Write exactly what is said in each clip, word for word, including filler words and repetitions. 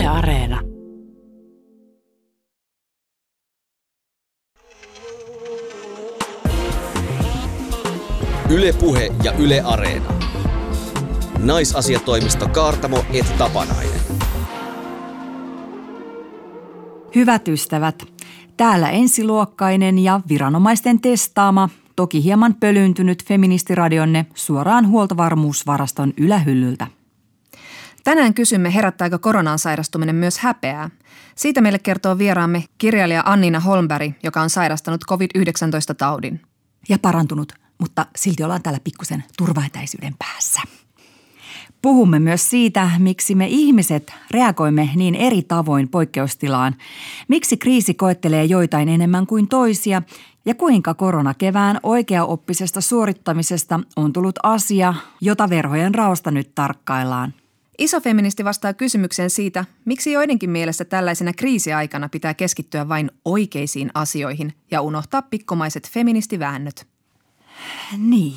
Yle Areena. Yle Puhe ja Yle Areena. Naisasiatoimisto Kaartamo et Tapanainen. Hyvät ystävät, täällä ensiluokkainen ja viranomaisten testaama, toki hieman pölyntynyt feministiradionne suoraan huoltovarmuusvaraston ylähyllyltä. Tänään kysymme, herättääkö koronaan sairastuminen myös häpeää. Siitä meille kertoo vieraamme kirjailija Anniina Holmberg, joka on sairastanut covid yhdeksäntoista-taudin. Ja parantunut, mutta silti ollaan täällä pikkusen turvaetäisyyden päässä. Puhumme myös siitä, miksi me ihmiset reagoimme niin eri tavoin poikkeustilaan, miksi kriisi koettelee joitain enemmän kuin toisia ja kuinka koronakevään oikeaoppisesta suorittamisesta on tullut asia, jota verhojen raosta nyt tarkkaillaan. Isofeministi vastaa kysymykseen siitä, miksi joidenkin mielestä tällaisena kriisiaikana pitää keskittyä vain oikeisiin asioihin ja unohtaa pikkomaiset feministiväännöt. Niin.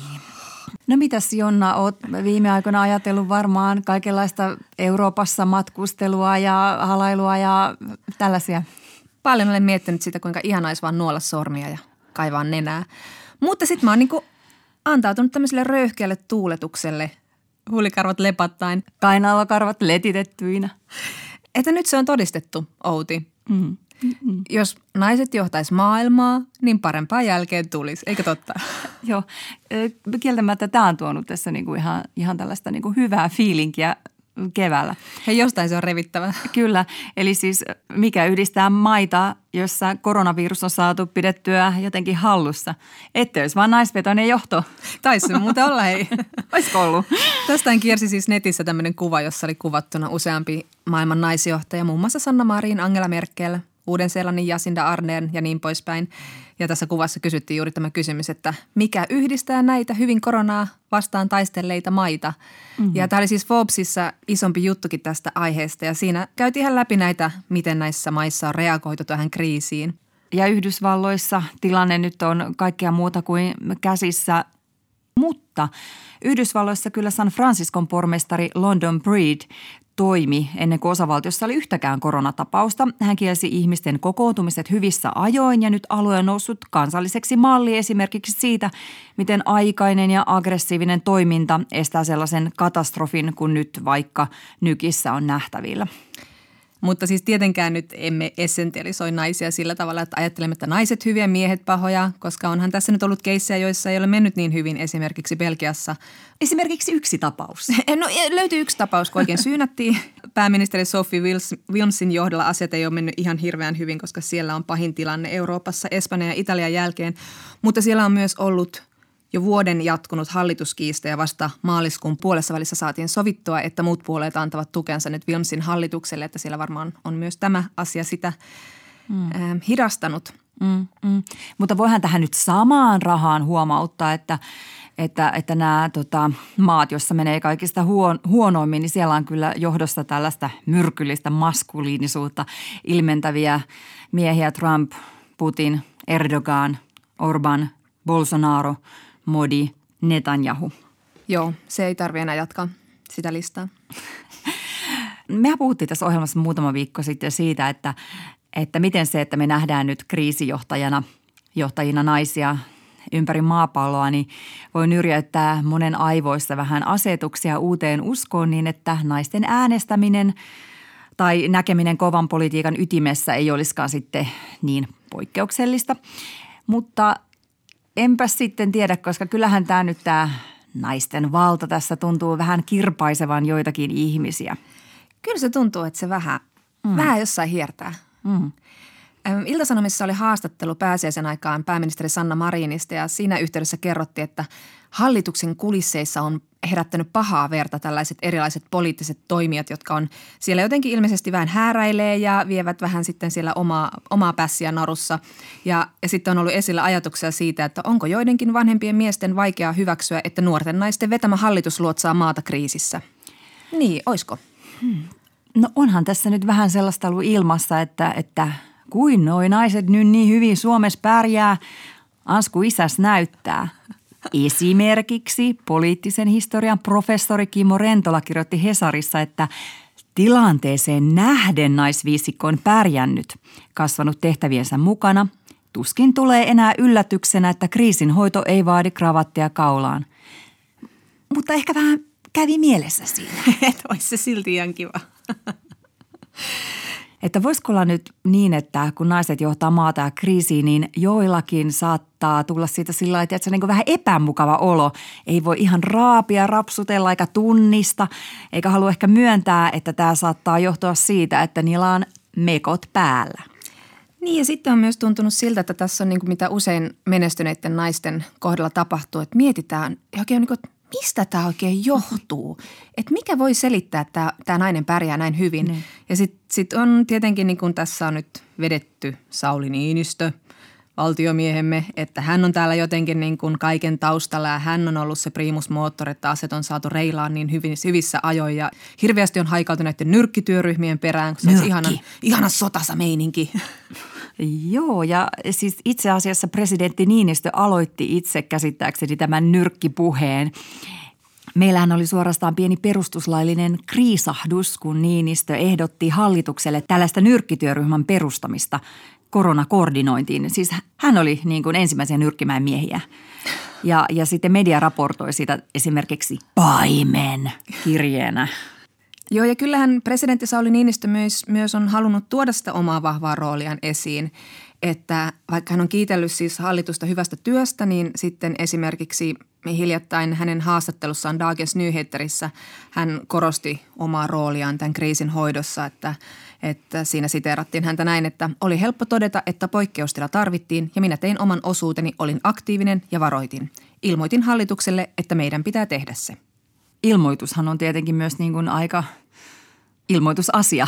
No mitäs Jonna, oot viime aikoina ajatellut varmaan kaikenlaista Euroopassa matkustelua ja halailua ja tällaisia? Paljon olen miettinyt sitä, kuinka ihanaa olisi vaan nuolla sormia ja kaivaa nenää. Mutta sitten mä oon niinku antautunut tämmöiselle röyhkeälle tuuletukselle, huulikarvat lepattaen. Kainalokarvat letitettyinä. Että nyt se on todistettu, Outi. Mm. Mm-mm. Jos naiset johtais maailmaa, niin parempaa jälkeen tulisi, eikö totta? Joo, kieltämättä tämä on tuonut tässä niinku ihan, ihan tällaista niinku hyvää fiilinkiä keväällä. Hei, jostain se on revittävä. Kyllä, eli siis mikä yhdistää maita, jossa koronavirus on saatu pidettyä jotenkin hallussa. Ette olisi vaan naisvetoinen johto. Taisi se muuten olla, hei. Olisiko ollut? Tästähän kiersi siis netissä tämmöinen kuva, jossa oli kuvattuna useampi maailman naisjohtaja, muun muassa Sanna Marin, Angela Merkel, Uuden-Seelannin Jacinda Ardern ja niin poispäin. Ja tässä kuvassa kysyttiin juuri tämä kysymys, että mikä yhdistää näitä hyvin koronaa vastaan taistelleita maita. Mm-hmm. Ja tämä oli siis Forbesissa isompi juttukin tästä aiheesta ja siinä käytiin ihan läpi näitä, miten näissä maissa on reagoitu tähän kriisiin. Ja Yhdysvalloissa tilanne nyt on kaikkea muuta kuin käsissä, mutta Yhdysvalloissa kyllä San Franciscon pormestari London Breed toimi ennen kuin osavaltiossa oli yhtäkään koronatapausta. Hän kielsi ihmisten kokoontumiset hyvissä ajoin ja nyt alue on noussut kansalliseksi malli esimerkiksi siitä, miten aikainen ja aggressiivinen toiminta estää sellaisen katastrofin kuin nyt vaikka Nykissä on nähtävillä. Mutta siis tietenkään nyt emme essentialisoi naisia sillä tavalla, että ajattelemme, että naiset hyviä, miehet pahoja, koska onhan tässä nyt ollut keissejä, joissa ei ole mennyt niin hyvin, esimerkiksi Belgiassa. Esimerkiksi yksi tapaus. No löytyy yksi tapaus, kun oikein syynättiin. Pääministeri Sophie Wilmesin johdolla asiat ei ole mennyt ihan hirveän hyvin, koska siellä on pahin tilanne Euroopassa, Espanjan ja Italian jälkeen. Mutta siellä on myös ollut jo vuoden jatkunut hallituskiista ja vasta maaliskuun puolessa välissä saatiin sovittua, että muut puolueet antavat tukensa nyt Wilmesin hallitukselle, että siellä varmaan on myös tämä asia sitä mm. äh, hidastanut. Mm, mm. Mutta voihan tähän nyt samaan rahaan huomauttaa, että, että, että nämä tota, maat, joissa menee kaikista huon, huonoimmin, niin siellä on kyllä johdossa tällaista myrkyllistä maskuliinisuutta ilmentäviä miehiä: Trump, Putin, Erdogan, Orban, Bolsonaro, Modi, Netanyahu. Joo, se ei tarvitse enää jatkaa sitä listaa. Mehän puhuttiin tässä ohjelmassa muutama viikko sitten siitä, että, että miten se, että me nähdään nyt kriisijohtajana, johtajina naisia ympäri maapalloa, niin voi nyrjäyttää monen aivoissa vähän asetuksia uuteen uskoon niin, että naisten äänestäminen tai näkeminen kovan politiikan ytimessä ei olisikaan sitten niin poikkeuksellista. Mutta enpä sitten tiedä, koska kyllähän tämä nyt tämä naisten valta tässä tuntuu vähän kirpaisevan joitakin ihmisiä. Kyllä se tuntuu, että se vähän, mm. vähän jossain hiertää. Mm. Ilta-Sanomissa oli haastattelu pääsiäisen aikaan pääministeri Sanna Marinista ja siinä yhteydessä kerrottiin, että hallituksen kulisseissa on herättänyt pahaa verta tällaiset erilaiset poliittiset toimijat, jotka on siellä jotenkin ilmeisesti vähän hääräilee ja vievät vähän sitten siellä omaa, omaa pässiä narussa. Ja, ja sitten on ollut esillä ajatuksia siitä, että onko joidenkin vanhempien miesten vaikeaa hyväksyä, että nuorten naisten vetämä hallitus luotsaa maata kriisissä. Niin, oisko? Hmm. No onhan tässä nyt vähän sellaista ollut ilmassa, että, että kuin noi naiset nyt niin hyvin Suomessa pärjää, Ansku isäs näyttää. Esimerkiksi poliittisen historian professori Kimmo Rentola kirjoitti Hesarissa, että Tilanteeseen nähden naisviisikko on pärjännyt, kasvanut tehtäviensä mukana. Tuskin tulee enää yllätyksenä, että kriisin hoito ei vaadi kravattia kaulaan. Mutta ehkä vähän kävi mielessä siinä. Että olisi se silti ihan kiva. Että voisiko olla nyt niin, että kun naiset johtaa maata ja kriisiin, niin joillakin saattaa tulla siitä sillä lailla, että se on niin kuin vähän epämukava olo. Ei voi ihan raapia, rapsutella eikä tunnista, eikä halua ehkä myöntää, että tämä saattaa johtua siitä, että niillä on mekot päällä. Niin ja sitten on myös tuntunut siltä, että tässä on niin kuin mitä usein menestyneiden naisten kohdalla tapahtuu, että mietitään oikein niin kuin, mistä tämä oikein johtuu, että mikä voi selittää, että tämä, tämä nainen pärjää näin hyvin. Mm. Ja sitten sit on tietenkin niin kuin tässä on nyt vedetty Sauli Niinistö, valtiomiehemme, että hän on täällä jotenkin niin kuin kaiken taustalla ja hän on ollut se primus motor, että aset on saatu reilaan niin hyvin, hyvissä ajoin ja hirveästi on haikautu näiden nyrkkityöryhmien perään, kun se on ihana, ihana sotasa meininki. Joo, ja siis itse asiassa presidentti Niinistö aloitti itse käsittääkseni tämän nyrkkipuheen. Meillähän oli suorastaan pieni perustuslaillinen kriisahdus, kun Niinistö ehdotti hallitukselle tällaista nyrkkityöryhmän perustamista koronakoordinointiin. Siis hän oli niin kuin ensimmäisiä nyrkkimäen miehiä. Ja, ja sitten media raportoi siitä esimerkiksi paimen kirjeenä. Joo, ja kyllähän presidentti Sauli Niinistö myös, myös on halunnut tuoda sitä omaa vahvaa rooliaan esiin, että vaikka hän on kiitellyt siis hallitusta hyvästä työstä, niin sitten esimerkiksi hiljattain hänen haastattelussaan Dagens Nyheterissä hän korosti omaa rooliaan tämän kriisin hoidossa, että, että siinä siteerattiin häntä näin, että oli helppo todeta, että poikkeustila tarvittiin ja minä tein oman osuuteni, olin aktiivinen ja varoitin. Ilmoitin hallitukselle, että meidän pitää tehdä se. Ilmoitushan on tietenkin myös niin kuin aika ilmoitusasia,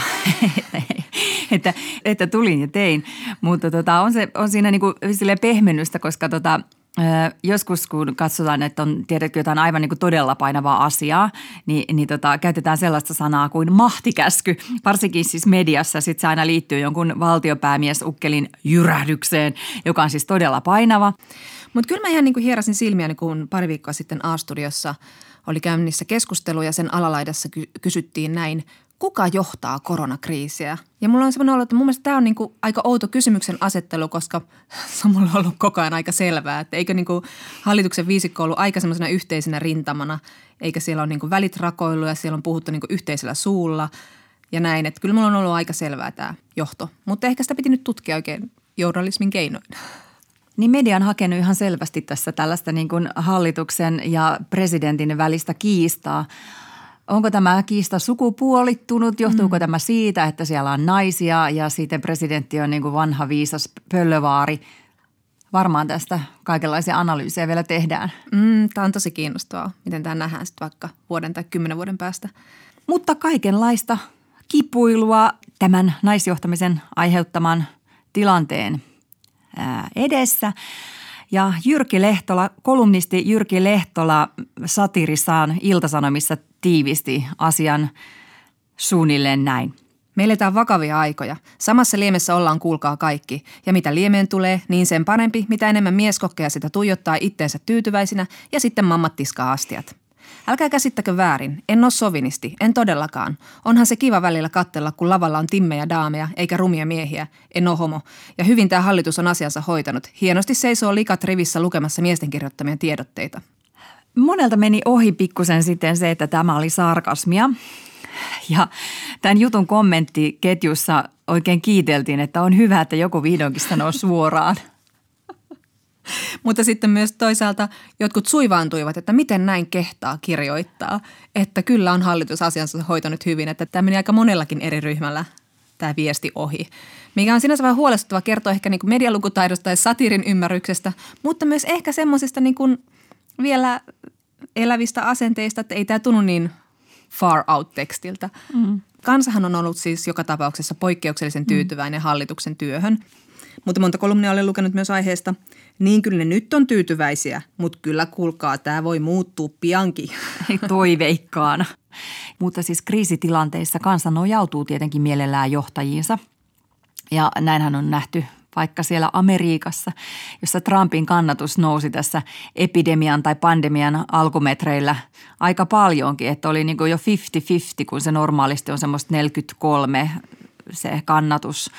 että, että tulin ja tein, mutta tota, on, se, on siinä niin kuin pehmennystä, koska tota, joskus kun katsotaan, että on tiedätkö jotain aivan niin kuin todella painavaa asiaa, niin, niin tota, käytetään sellaista sanaa kuin mahtikäsky, varsinkin siis mediassa. Sitten se aina liittyy jonkun valtiopäämiesukkelin jyrähdykseen, joka on siis todella painava. Mutta kyllä mä ihan niin kuin hierasin silmiäni, kun pari viikkoa sitten A-studiossa oli käynnissä keskustelu ja sen alalaidassa ky- kysyttiin näin, kuka johtaa koronakriisiä? Ja mulla on semmoinen olo, että mun mielestä tämä on niin kuin aika outo kysymyksen asettelu, koska se on mulla ollut koko ajan aika selvää, että eikö niin kuin hallituksen viisikko ollut aika semmoisena yhteisenä rintamana, eikä siellä ole niin kuin välit rakoillut ja siellä on puhuttu niin kuin yhteisellä suulla ja näin. Että kyllä mulla on ollut aika selvää tämä johto, mutta ehkä sitä piti nyt tutkia oikein journalismin keinoin. Niin media on hakenut ihan selvästi tässä tällaista niin kuin hallituksen ja presidentin välistä kiistaa. Onko tämä kiista sukupuolittunut? Johtuuko mm. tämä siitä, että siellä on naisia ja sitten presidentti on niin kuin vanha viisas pöllövaari? Varmaan tästä kaikenlaisia analyysejä vielä tehdään. Mm, tämä on tosi kiinnostavaa, miten tämä nähdään sitten vaikka vuoden tai kymmenen vuoden päästä. Mutta kaikenlaista kipuilua tämän naisjohtamisen aiheuttaman tilanteen edessä. Ja Jyrki Lehtola, kolumnisti Jyrki Lehtola satiirissaan Ilta-Sanomissa tiivisti asian suunnilleen näin. Me eletään vakavia aikoja. Samassa liemessä ollaan, kuulkaa kaikki. Ja mitä liemeen tulee, niin sen parempi, mitä enemmän mieskokkeja sitä tuijottaa itteensä tyytyväisinä ja sitten mammat tiskaa astiat. Älkää käsittäkö väärin, en ole sovinisti, en todellakaan. Onhan se kiva välillä katsella, kun lavalla on timmejä daameja eikä rumia miehiä. En ole homo. Ja hyvin tämä hallitus on asiansa hoitanut. Hienosti seisoo likat rivissä lukemassa miesten kirjoittamia tiedotteita. Monelta meni ohi pikkusen sitten se, että tämä oli sarkasmia. Ja tämän jutun kommenttiketjussa oikein kiiteltiin, että on hyvä, että joku vihdoinkin sanoo suoraan. Mutta sitten myös toisaalta jotkut suivaantuivat, että miten näin kehtaa kirjoittaa, että kyllä on hallitus asiansa hoitanut hyvin, että tämä meni aika monellakin eri ryhmällä tämä viesti ohi. Mikä on sinänsä vähän huolestuttava kertoa ehkä niin kuin medialukutaidosta tai satiirin ymmärryksestä, mutta myös ehkä semmoisista niin kuin vielä elävistä asenteista, että ei tämä tunnu niin far out tekstiltä. Mm. Kansahan on ollut siis joka tapauksessa poikkeuksellisen tyytyväinen mm. hallituksen työhön. Mutta monta kolumnia olen lukenut myös aiheesta. Niin kyllä ne nyt on tyytyväisiä, mutta kyllä kuulkaa, tämä voi muuttua piankin. Toiveikkaana. Mutta siis kriisitilanteissa kansa nojautuu tietenkin mielellään johtajiinsa. Ja näinhän on nähty vaikka siellä Amerikassa, jossa Trumpin kannatus nousi tässä epidemian tai pandemian alkumetreillä aika paljonkin, että oli niin kuin jo viisikymmentä viisikymmentä, kun se normaalisti on semmoista neljäkymmentäkolme se kannatus.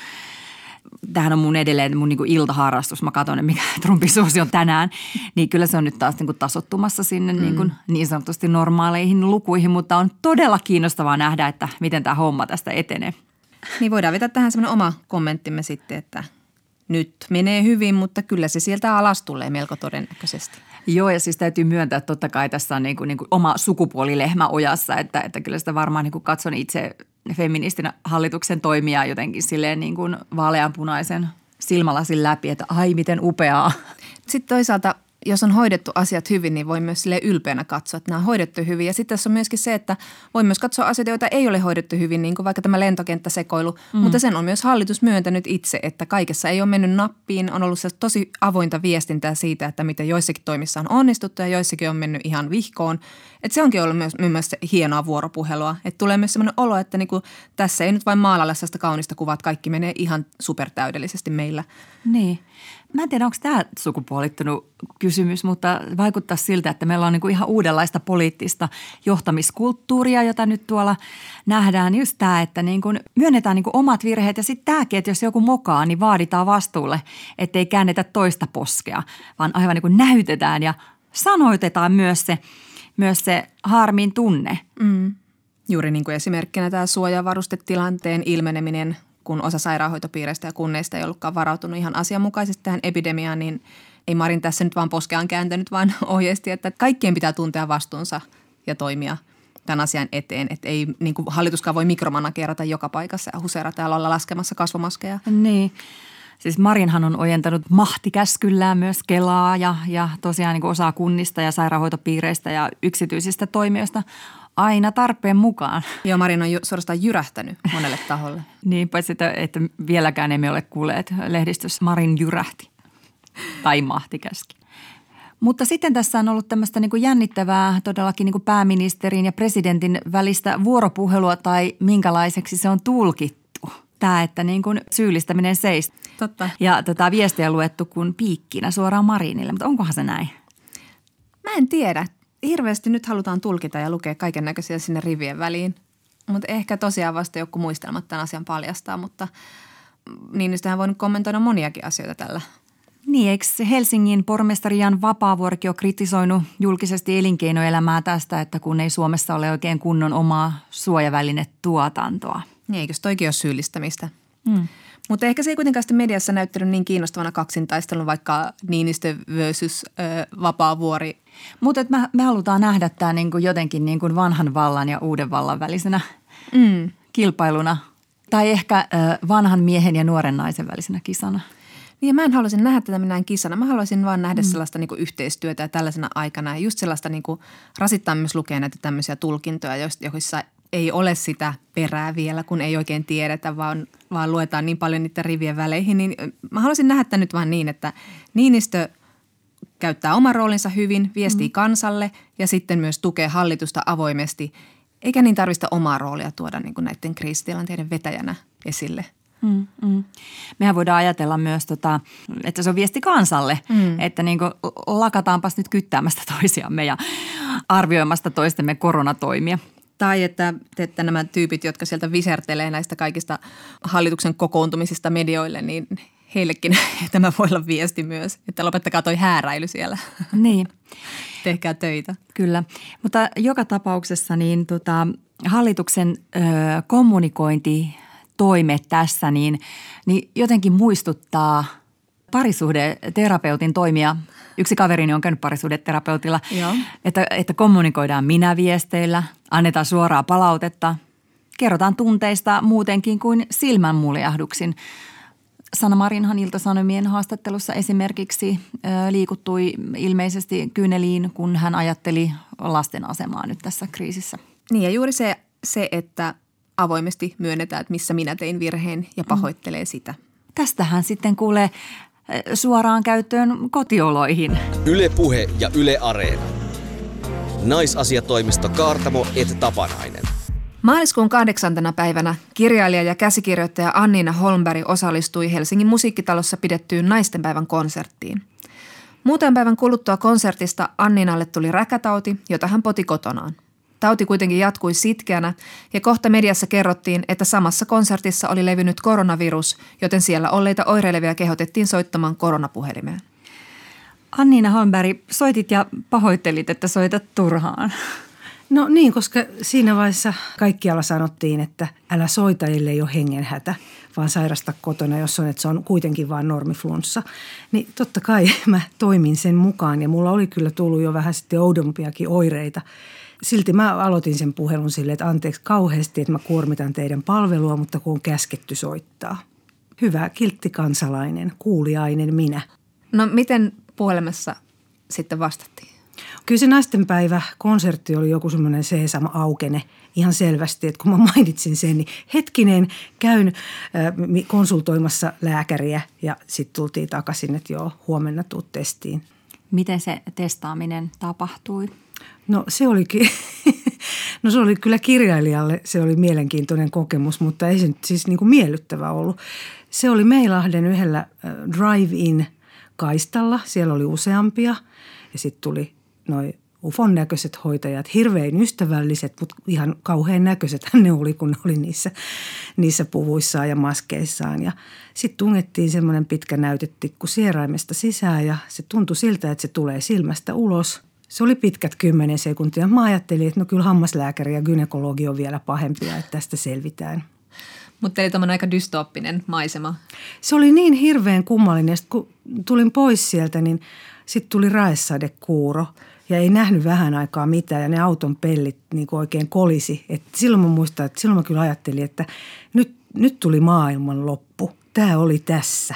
Tämähän on mun edelleen mun niin kuin iltaharrastus. Mä katson, mikä Trumpin suosio on tänään. Niin kyllä se on nyt taas niin kuin tasottumassa sinne mm. niin, kuin niin sanotusti normaaleihin lukuihin, mutta on todella kiinnostavaa nähdä, että miten tämä homma tästä etenee. Niin voidaan vetää tähän semmoinen oma kommenttimme sitten, että nyt menee hyvin, mutta kyllä se sieltä alas tulee melko todennäköisesti. Joo, ja siis täytyy myöntää, että totta kai tässä on niin kuin, niin kuin oma sukupuolilehmä ojassa, että, että kyllä sitä varmaan niin kuin katson itse feministinä hallituksen toimia jotenkin silleen niin kuin vaaleanpunaisen silmälasin läpi, että ai miten upeaa. Sitten toisaalta, jos on hoidettu asiat hyvin, niin voi myös silleen ylpeänä katsoa, että nämä on hoidettu hyvin. Ja sitten tässä on myöskin se, että voi myös katsoa asioita, joita ei ole hoidettu hyvin, niin kuin vaikka tämä lentokenttäsekoilu. Mm. Mutta sen on myös hallitus myöntänyt itse, että kaikessa ei ole mennyt nappiin. On ollut tosi avointa viestintää siitä, että miten joissakin toimissa on onnistuttu ja joissakin on mennyt ihan vihkoon. Että se onkin ollut myös, myös hienoa vuoropuhelua. Että tulee myös sellainen olo, että niinku, tässä ei nyt vain maalailla sellaista kaunista kuvaa, että kaikki menee ihan supertäydellisesti meillä. Niin. Mä en tiedä, onko tämä sukupuolittunut kysymys, mutta vaikuttaa siltä, että meillä on niinku ihan uudenlaista poliittista johtamiskulttuuria, jota nyt tuolla nähdään. Just tämä, että niinku myönnetään niinku omat virheet ja sitten tämäkin, että jos joku mokaa, niin vaaditaan vastuulle, ettei käännetä toista poskea, vaan aivan niinku näytetään ja sanoitetaan myös se, myös se harmin tunne. Mm. Juuri niin kuin esimerkkinä tämä suojavarustetilanteen ilmeneminen, kun osa sairaanhoitopiireistä ja kunneista ei ollutkaan varautunut ihan asianmukaisesti tähän epidemiaan, niin ei Marin tässä nyt vaan poskeaan kääntänyt, vaan ohjeisti, että kaikkien pitää tuntea vastuunsa ja toimia tämän asian eteen. Että ei niin kuin hallituskaan voi mikromanagerata joka paikassa ja huseerata ja olla laskemassa kasvomaskeja. Niin. Siis Marinhan on ojentanut mahtikäskyllään myös Kelaa ja, ja tosiaan niin kuin osaa kunnista ja sairaanhoitopiireistä ja yksityisistä toimijoista aina tarpeen mukaan. Joo, Marin on ju- suorastaan jyrähtänyt monelle taholle. Niin, paitsi että, että vieläkään emme ole kuulleet lehdistössä Marin jyrähti tai mahtikäski. Mutta sitten tässä on ollut tämmöistä niin kuin jännittävää todellakin niin kuin pääministerin ja presidentin välistä vuoropuhelua tai minkälaiseksi se on tulkittu. Tämä, että niin kuin syyllistäminen seis. Totta. Ja tätä viestiä luettu kuin piikkinä suoraan Marinille, mutta onkohan se näin? Mä en tiedä. Hirveästi nyt halutaan tulkita ja lukea kaiken näköisiä sinne rivien väliin. Mutta ehkä tosiaan vasta joku muistelmat tämän asian paljastaa, mutta Niinistöhän voi kommentoida moniakin asioita tällä. Niin, eikö Helsingin pormestari Jan Vapaavuorikin ole kritisoinut julkisesti elinkeinoelämää tästä, että kun ei Suomessa ole oikein kunnon omaa suojavälinetuotantoa? Niin, eikös toikin ole syyllistämistä? Hmm. Mutta ehkä se ei kuitenkaan sitten mediassa näyttänyt niin kiinnostavana kaksintaistelun, vaikka Niinistö versus ö, Vapaavuori. Mutta me, me halutaan nähdä tämä niinku jotenkin niinku vanhan vallan ja uuden vallan välisenä mm. kilpailuna. Tai ehkä ö, vanhan miehen ja nuoren naisen välisenä kisana. Niin ja mä en haluaisin nähdä tätä minään kisana. Mä haluaisin vaan nähdä mm. sellaista niinku yhteistyötä ja tällaisena aikana. Ja just sellaista niinku, rasittaa myös lukea näitä tämmöisiä tulkintoja, joissa ei ole sitä perää vielä, kun ei oikein tiedetä, vaan, vaan luetaan niin paljon niiden rivien väleihin. Niin mä haluaisin nähdä tämän nyt vaan niin, että Niinistö käyttää oman roolinsa hyvin, viestii mm. kansalle ja sitten myös tukee hallitusta avoimesti. Eikä niin tarvista omaa roolia tuoda niin kuin näiden kriisitilanteiden vetäjänä esille. Mm, mm. Mehän voidaan ajatella myös, tota, että se on viesti kansalle, mm. että niin kuin lakataanpas nyt kyttäämästä toisiamme ja arvioimasta toistemme koronatoimia. Tai että, että nämä tyypit, jotka sieltä visertelee näistä kaikista hallituksen kokoontumisista medioille, niin heillekin tämä voi olla viesti myös, että lopettakaa toi hääräily siellä. Niin. Tehkää töitä. Kyllä, mutta joka tapauksessa niin tota, hallituksen ö, kommunikointitoimet tässä niin, niin jotenkin muistuttaa parisuhdeterapeutin toimia. Yksi kaverini on käynyt parisuhdeterapeutilla, että, että kommunikoidaan minä-viesteillä, annetaan suoraa palautetta, kerrotaan tunteista muutenkin kuin silmänmuljahduksin. Sanna Marinhan Ilta-Sanomien haastattelussa esimerkiksi ö, liikuttui ilmeisesti kyyneliin, kun hän ajatteli lasten asemaa nyt tässä kriisissä. Niin ja juuri se, se että avoimesti myönnetään, että missä minä tein virheen ja pahoittelee mm. sitä. Tästähän sitten kuulee suoraan käyttöön kotioloihin. Yle Puhe ja Yle Areena. Naisasiatoimisto Kaartamo et Tapanainen. Maaliskuun kahdeksantena päivänä kirjailija ja käsikirjoittaja Anniina Holmberg osallistui Helsingin musiikkitalossa pidettyyn naistenpäivän konserttiin. Muutaman päivän kuluttua konsertista Anniinalle tuli räkätauti, jota hän poti kotonaan. Tauti kuitenkin jatkui sitkeänä ja kohta mediassa kerrottiin, että samassa konsertissa oli levinnyt koronavirus, joten siellä olleita oireilevia kehotettiin soittamaan koronapuhelimeen. Anniina Holmberg, soitit ja pahoittelit, että soitat turhaan. No niin, koska siinä vaiheessa kaikkialla sanottiin, että älä soita, ellei ole hengenhätä, vaan sairasta kotona, jos on, että se on kuitenkin vain normiflunssa. Niin totta kai mä toimin sen mukaan ja mulla oli kyllä tullut jo vähän sitten oudompiakin oireita. Silti mä aloitin sen puhelun silleen, että anteeksi kauheasti, että mä kuormitan teidän palvelua, mutta kun on käsketty soittaa. Hyvä, kiltti kansalainen, kuuliainen minä. No miten puhelimessa sitten vastattiin? Kyllä se naistenpäivä-konsertti oli joku semmoinen seesam aukene ihan selvästi, että kun mä mainitsin sen, niin hetkinen käyn äh, konsultoimassa lääkäriä ja sitten tultiin takaisin, että joo, huomenna tuut testiin. Miten se testaaminen tapahtui? No se olikin, no se oli kyllä kirjailijalle, se oli mielenkiintoinen kokemus, mutta ei se nyt siis niin kuin miellyttävä ollut. Se oli Meilahden yhdellä drive-in kaistalla, siellä oli useampia ja sitten tuli noi ufon näköiset hoitajat, hirveän ystävälliset, mutta ihan kauhean näköisethän ne oli, kun ne oli niissä, niissä puvuissaan ja maskeissaan. Ja sitten tungettiin semmoinen pitkä näytetikku sieraimesta sisään ja se tuntui siltä, että se tulee silmästä ulos. Se oli pitkät kymmenen sekuntia. Mä ajattelin, että no kyllä hammaslääkäri ja gynekologi on vielä pahempia, että tästä selvitään. Mutta eli tämmöinen aika dystooppinen maisema. Se oli niin hirveän kummallinen. Sitten kun tulin pois sieltä, niin sitten tuli raesadekuuro ja ei nähnyt vähän aikaa mitään ja ne auton pellit niin kuin oikein kolisi. Et silloin mä muistan, että silloin mä kyllä ajattelin, että nyt, nyt tuli maailman loppu. Tämä oli tässä.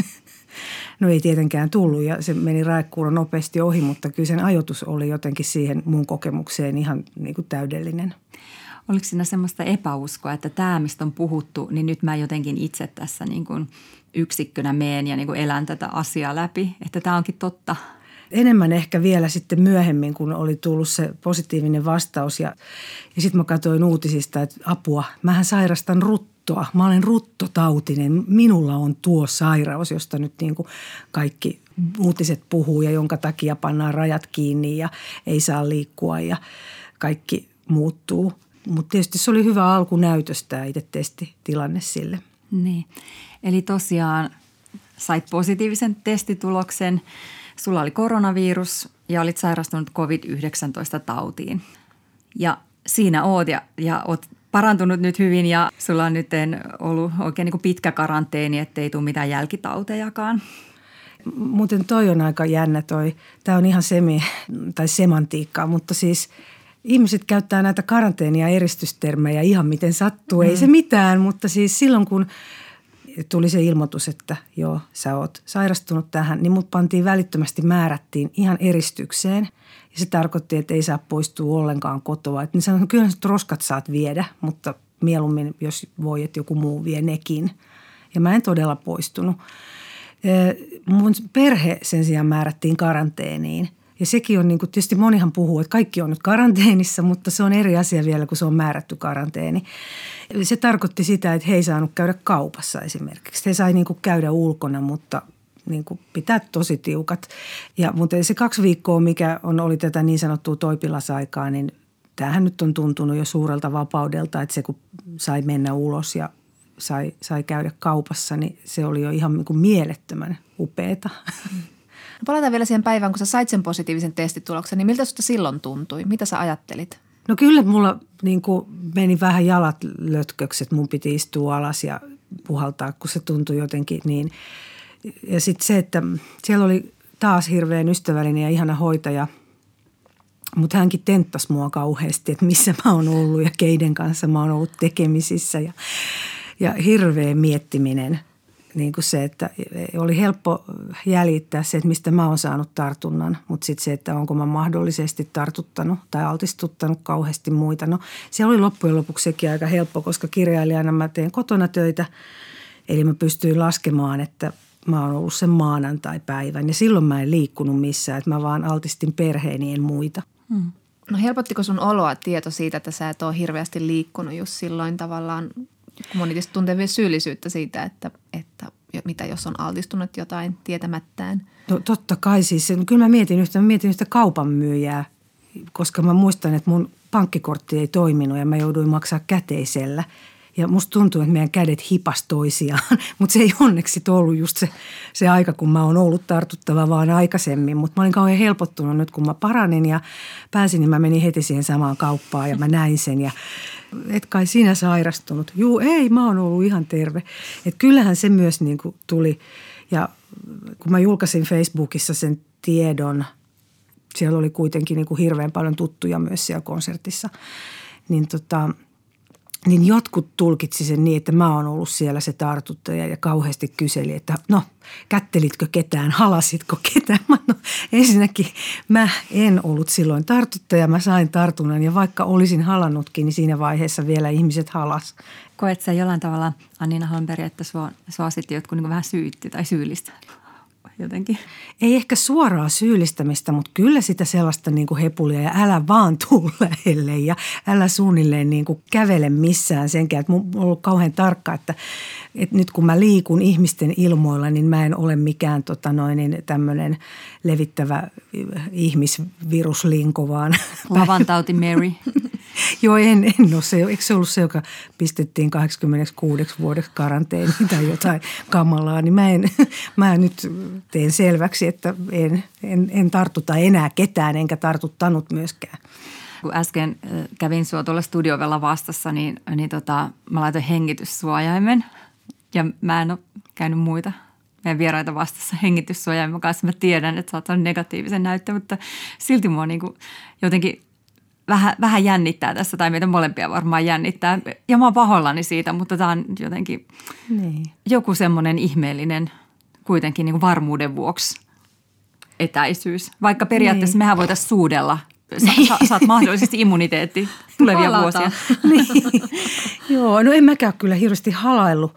No ei tietenkään tullut ja se meni raekuuro nopeasti ohi, mutta kyllä sen ajoitus oli jotenkin siihen mun kokemukseen ihan niin kuin täydellinen. Oliko siinä semmoista epäuskoa, että tämä, mistä on puhuttu, niin nyt mä jotenkin itse tässä niin kuin yksikkönä meen ja niin kuin elän tätä asiaa läpi, että tämä onkin totta? Enemmän ehkä vielä sitten myöhemmin, kun oli tullut se positiivinen vastaus ja, ja sitten mä katsoin uutisista, että apua, mähän sairastan ruttoa. Mä olen ruttotautinen, minulla on tuo sairaus, josta nyt niin kuin kaikki uutiset puhuu ja jonka takia pannaan rajat kiinni ja ei saa liikkua ja kaikki muuttuu. Mutta tietysti se oli hyvä alku näytöstä itse testitilanne sille. Niin, eli tosiaan sait positiivisen testituloksen. Sulla oli koronavirus ja olit sairastunut covid yhdeksäntoista tautiin. Ja siinä oot ja, ja oot parantunut nyt hyvin ja sulla on nyt ollut oikein niin kuin pitkä karanteeni, ettei tule mitään jälkitautejakaan. Muuten toi on aika jännä toi. Tämä on ihan semi- tai semantiikkaa, mutta siis ihmiset käyttää näitä karanteenia- ja eristystermejä ihan miten sattuu. Mm. Ei se mitään, mutta siis silloin kun tuli se ilmoitus, että joo, sä oot sairastunut tähän, niin mut pantiin välittömästi, määrättiin ihan eristykseen. Ja se tarkoitti, että ei saa poistua ollenkaan kotoa. Että ne sanoivat, että kyllä roskat saat viedä, mutta mieluummin, jos voi, että joku muu vie nekin. Ja mä en todella poistunut. Mun perhe sen sijaan määrättiin karanteeniin. Ja sekin on, niin kuin tietysti monihan puhuu, että kaikki on nyt karanteenissa, mutta se on eri asia vielä, kun se on määrätty karanteeni. Se tarkoitti sitä, että he ei saanut käydä kaupassa esimerkiksi. He sai niin kuin käydä ulkona, mutta niin kuin pitää tosi tiukat. Ja mutta se kaksi viikkoa, mikä on, oli tätä niin sanottua toipilasaikaa, niin tämähän nyt on tuntunut jo suurelta vapaudelta, että se kun sai mennä ulos ja sai, sai käydä kaupassa, niin se oli jo ihan niin kuin mielettömän upeata. No palataan vielä siihen päivään, kun sä sait sen positiivisen testituloksen, niin miltä susta silloin tuntui? Mitä sä ajattelit? No kyllä mulla niin kuin meni vähän jalat lötköksi, että mun piti istua alas ja puhaltaa, kun se tuntui jotenkin niin. Ja sitten se, että siellä oli taas hirveän ystävällinen ja ihana hoitaja, mutta hänkin tenttasi mua kauheasti, että missä mä oon ollut ja keiden kanssa mä oon ollut tekemisissä ja, ja hirveä miettiminen. Niin kuin se, että oli helppo jäljittää se, että mistä mä oon saanut tartunnan, mutta sitten se, että onko mä mahdollisesti tartuttanut tai altistuttanut kauheasti muita. No se oli loppujen lopuksi sekin aika helppo, koska kirjailijana mä teen kotona töitä, eli mä pystyin laskemaan, että mä oon ollut sen maanantai-päivän ja silloin mä en liikkunut missään, että mä vaan altistin perheeni, en muita. Hmm. No helpottiko sun oloa tieto siitä, että sä et ole hirveästi liikkunut just silloin tavallaan, kun moni tietysti tuntee vielä syyllisyyttä siitä, että, että mitä jos on altistunut jotain tietämättään? No totta kai siis. No, kyllä mä mietin yhtä, mä mietin yhtä kaupan myyjää, koska mä muistan, että mun pankkikortti ei toiminut ja mä jouduin maksaa käteisellä. Ja musta tuntuu, että meidän kädet hipas toisiaan, mutta se ei onneksi ollut just se, se aika, kun mä oon ollut tartuttava vaan aikaisemmin. Mutta mä olin kauhean helpottunut nyt, kun mä paranin ja pääsin, niin mä menin heti siihen samaan kauppaan ja mä näin sen. Ja et kai sinä sairastunut. Juu, ei, mä oon ollut ihan terve. Että kyllähän se myös niin kuin tuli. Ja kun mä julkaisin Facebookissa sen tiedon, siellä oli kuitenkin niin kuin hirveän paljon tuttuja myös siellä konsertissa, niin tota... Niin jotkut tulkitsi sen niin, että mä oon ollut siellä se tartuttaja ja kauheasti kyseli, että no kättelitkö ketään, halasitko ketään? Mä, no ensinnäkin mä en ollut silloin tartuttaja, mä sain tartunnan ja vaikka olisin halannutkin, niin siinä vaiheessa vielä ihmiset halas. Koet sä jollain tavalla, Anniina Hallonberg, että sua, sua sitten jotkut niin vähän syytti tai syyllistä jotenkin? Ei ehkä suoraa syyllistämistä, mutta kyllä sitä sellaista niin kuin hepulia ja älä vaan tuu lähelle ja älä suunnilleen niin kuin kävele missään senkään. Että mun on ollut kauhean tarkka, että, että nyt kun mä liikun ihmisten ilmoilla, niin mä en ole mikään tota noin, niin tämmöinen levittävä ihmisviruslinko, vaan Lavantauti Mary. Joo, en, en ole se. Eikö se ollut se, joka pistettiin kahdeksankymmentäkuusi vuodeksi karanteeniin tai jotain kamalaa, niin mä, en, mä nyt teen selväksi, että en, en, en tartuta enää ketään enkä tartuttanut myöskään. Kun äsken kävin sua tuolla studiovella vastassa, niin, niin tota, mä laitoin hengityssuojaimen ja mä en ole käynyt muita meidän vieraita vastassa hengityssuojaimen kanssa. Mä tiedän, että sä oot saanut negatiivisen näyttö, mutta silti mua niin kuin jotenkin vähän, vähän jännittää tässä, tai meitä molempia varmaan jännittää. Ja mä oon pahoillani siitä, mutta tää on jotenkin niin. Joku semmoinen ihmeellinen kuitenkin niin kuin varmuuden vuoksi etäisyys. Vaikka periaatteessa niin. Mehän voitaisiin suudella. Sä, sä, saat mahdollisesti immuniteetti tulevia Palata. Vuosia. Niin. Joo, no en mäkään kyllä hirveästi halaillut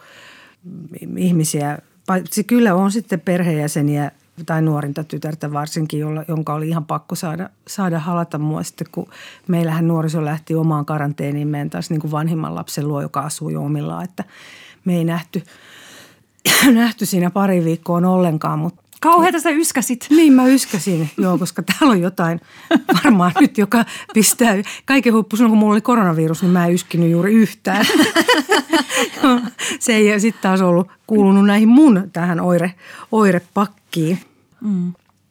ihmisiä. Se kyllä on sitten perheenjäseniä tai nuorinta tytärtä varsinkin, jolla, jonka oli ihan pakko saada, saada halata mua sitten, kun meillähän nuoriso lähti omaan karanteeniin meidän taas niin kuin vanhimman lapsen luo, joka asuu jo omillaan, että me ei nähty, nähty siinä pari viikkoa ollenkaan, mutta kauheata sä yskäsit. Niin mä yskäsin, joo, koska täällä on jotain varmaan nyt, joka pistää kaiken huippu. Silloin kun mulla oli koronavirus, niin mä en yskinyt juuri yhtään. Se ei sitten taas ollut kuulunut näihin mun tähän oire, oirepakkiin. Mm.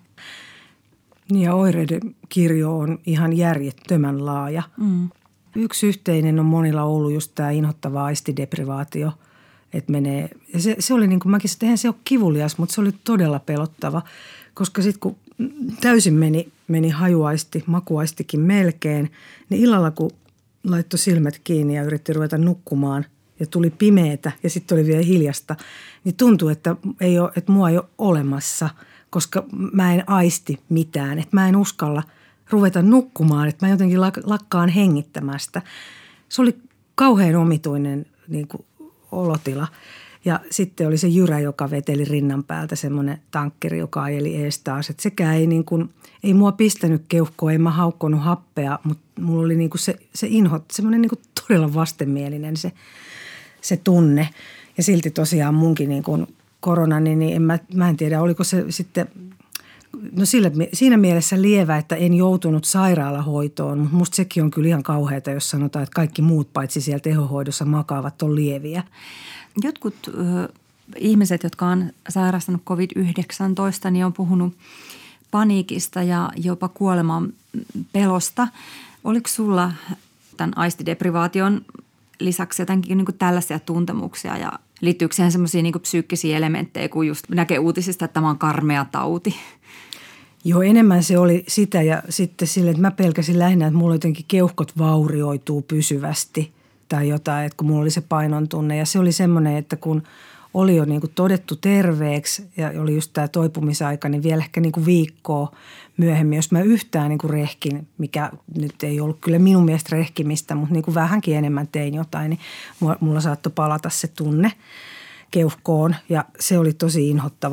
Ja oireiden kirjo on ihan järjettömän laaja. Mm. Yksi yhteinen on monilla ollut just tämä inhottava aistideprivaatio. Että menee, ja se, se oli niin kuin mäkin, että eihän se ole kivulias, mutta se oli todella pelottava, koska sitten kun täysin meni, meni hajuaisti, makuaistikin melkein, niin illalla kun laittoi silmät kiinni ja yritti ruveta nukkumaan ja tuli pimeätä ja sitten oli vielä hiljasta, niin tuntui, että, ei ole, että mua ei ole olemassa, koska mä en aisti mitään, että mä en uskalla ruveta nukkumaan, että mä jotenkin lakkaan hengittämästä. Se oli kauhean omituinen niin kuin olotila. Ja sitten oli se Jyrä, joka veteli rinnan päältä, semmoinen tankkeri, joka ajeli ees taas. Että sekään ei, niin kuin, ei mua pistänyt keuhkoa, ei mä haukkonut happea, mutta mulla oli niin kuin se, se inho, semmoinen niin kuin todella vastenmielinen se, se tunne. Ja silti tosiaan munkin niin kuin korona, niin en mä, mä en tiedä, oliko se sitten, no sillä, siinä mielessä lievä, että en joutunut sairaalahoitoon, mutta musta sekin on kyllä ihan kauheata, jos sanotaan, että kaikki muut paitsi siellä tehohoidossa makaavat on lieviä. Jotkut ö, ihmiset, jotka on sairastanut covid yhdeksäntoista, niin on puhunut paniikista ja jopa kuoleman pelosta. Oliko sulla tämän aistideprivaation lisäksi jotenkin niin kuin tällaisia tuntemuksia ja liittyykö siihen semmoisia niin kuin psyykkisiä elementtejä, kun just näkee uutisista, että tämä on karmea tauti? Joo, enemmän se oli sitä ja sitten sille, että mä pelkäsin lähinnä, että mulla jotenkin keuhkot vaurioituu pysyvästi tai jotain, että kun mulla oli se painon tunne. Ja se oli semmoinen, että kun oli jo niin kuin todettu terveeksi ja oli just tämä toipumisaika, niin vielä ehkä niin kuin viikkoa myöhemmin, jos mä yhtään niin kuin rehkin, mikä nyt ei ollut kyllä minun mielestä rehkimistä, mutta niin kuin vähänkin enemmän tein jotain, niin mulla, mulla saattoi palata se tunne keuhkoon ja se oli tosi inhottava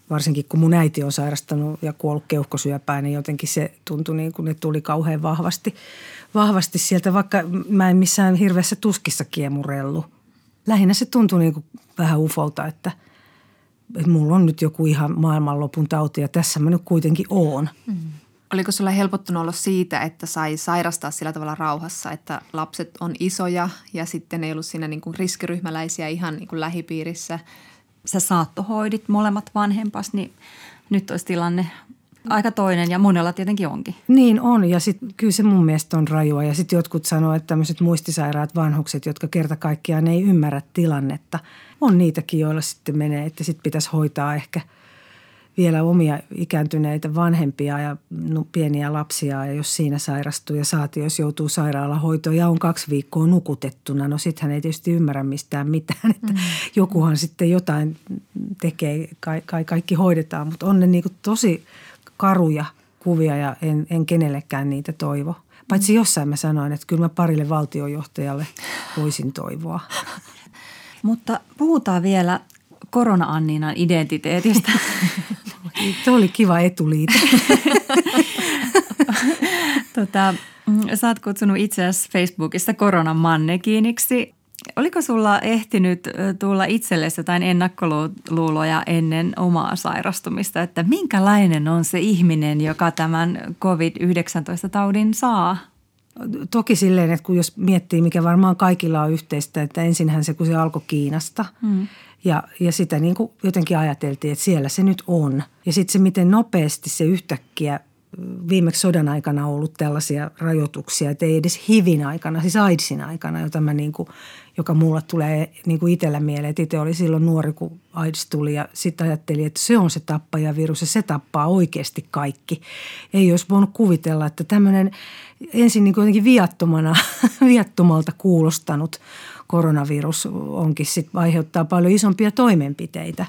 varsinkin kun mun äiti on sairastanut ja kuollut keuhkosyöpään, niin jotenkin se tuntui niin kuin ne tuli kauhean vahvasti, vahvasti sieltä, vaikka mä en missään hirveässä tuskissa kiemurellut. Lähinnä se tuntui niin kuin vähän ufolta, että, että mulla on nyt joku ihan maailmanlopun tauti ja tässä mä nyt kuitenkin oon. Mm. Oliko sulla helpottunut olla siitä, että sai sairastaa sillä tavalla rauhassa, että lapset on isoja ja sitten ei ollut siinä niin kuin riskiryhmäläisiä ihan niin kuin lähipiirissä? Sä saattohoidit molemmat vanhempas, niin nyt olisi tilanne aika toinen ja monella tietenkin onkin. Niin on ja sitten kyllä se mun mielestä on rajua ja sitten jotkut sanoo, että tämmöiset muistisairaat vanhukset, jotka kerta kaikkiaan ei ymmärrä tilannetta. On niitäkin, joilla sitten menee, että sitten pitäisi hoitaa ehkä vielä omia ikääntyneitä vanhempia ja pieniä lapsia ja jos siinä sairastuu ja saati, jos joutuu sairaalahoitoon ja on kaksi viikkoa nukutettuna, no sit hän ei tietysti ymmärrä mistään mitään, että mm. jokuhan sitten jotain tekee, ka- ka- kaikki hoidetaan, mutta on ne niinku tosi karuja kuvia ja en, en kenellekään niitä toivo. Paitsi jossain mä sanoin, että kyllä mä parille valtionjohtajalle voisin toivoa. Mutta puhutaan vielä Korona-Anninan identiteetistä. Tuo oli kiva etuliite. tota, sä oot kutsunut itseäsi Facebookissa koronan mannekiiniksi. Oliko sulla ehtinyt tulla itsellesi jotain ennakkoluuloja ennen omaa sairastumista, että minkälainen on se ihminen, joka tämän covid yhdeksäntoista-taudin saa? Toki silleen, että kun jos miettii, mikä varmaan kaikilla on yhteistä, että ensinhän se, kun se alkoi Kiinasta hmm. ja, ja sitä niin kuin jotenkin ajateltiin, että siellä se nyt on. Ja sitten se, miten nopeasti se yhtäkkiä viimeksi sodan aikana on ollut tällaisia rajoituksia, että ei edes HIVin aikana, siis AIDSin aikana, jota mä niin kuin, joka mulla tulee niin kuin itsellä mieleen. Että itse oli silloin nuori, kun AIDS tuli ja sitten ajattelin, että se on se tappajavirus ja se tappaa oikeasti kaikki. Ei olisi voinut kuvitella, että tämmöinen ensin niin kuin jotenkin viattomana, viattomalta kuulostanut koronavirus onkin sitten aiheuttaa paljon isompia toimenpiteitä.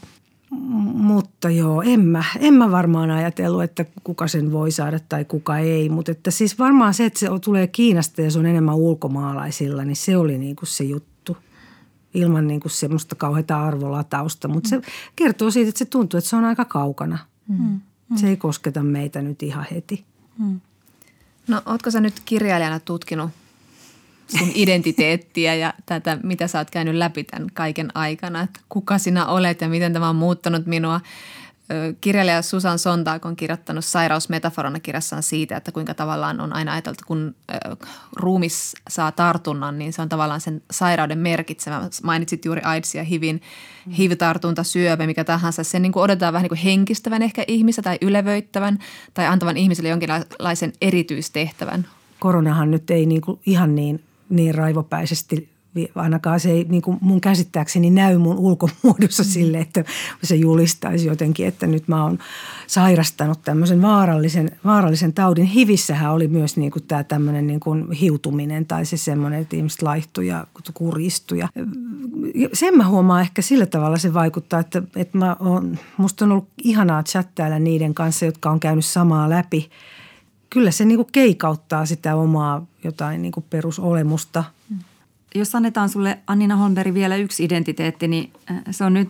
Mutta joo, en mä, en mä varmaan ajatellut, että kuka sen voi saada tai kuka ei. Mutta että siis varmaan se, että se tulee Kiinasta ja se on enemmän ulkomaalaisilla, niin se oli niinku se juttu. Ilman niinku semmoista kauheata arvolatausta. Mutta se kertoo siitä, että se tuntuu, että se on aika kaukana. Mm. Se ei kosketa meitä nyt ihan heti. Mm. No ootko sä nyt kirjailijana tutkinut sun identiteettiä ja tätä, mitä sä oot käynyt läpi tämän kaiken aikana, että kuka sinä olet ja miten tämä on muuttanut minua. Kirjailija Susan Sontag on kirjoittanut sairausmetaforana kirjassaan siitä, että kuinka tavallaan on aina ajateltu, kun ruumis saa tartunnan, niin se on tavallaan sen sairauden merkitsemä. Mainitsit juuri AIDS ja HIVin, H I V-tartunta, syöpä, mikä tahansa. Sen niin kuin odotetaan vähän niin kuin henkistävän ehkä ihmistä tai ylevöittävän tai antavan ihmiselle jonkinlaisen erityistehtävän. Koronahan nyt ei niin kuin ihan niin niin raivopäisesti, ainakaan se ei niin kuin mun käsittääkseni näy mun ulkomuodossa sille, että se julistaisi jotenkin, että nyt mä oon sairastanut tämmöisen vaarallisen, vaarallisen taudin. HIVissähän oli myös niin kuin tämä tämmöinen niin kuin hiutuminen tai se semmoinen, että ihmiset laihtui ja kuristui. Ja sen mä huomaan ehkä sillä tavalla se vaikuttaa, että, että mä oon, musta on ollut ihanaa chattailla niiden kanssa, jotka on käynyt samaa läpi. Kyllä se niinku keikauttaa sitä omaa jotain niinku perusolemusta. Jos annetaan sulle, Annina Holmberg, vielä yksi identiteetti, niin se on nyt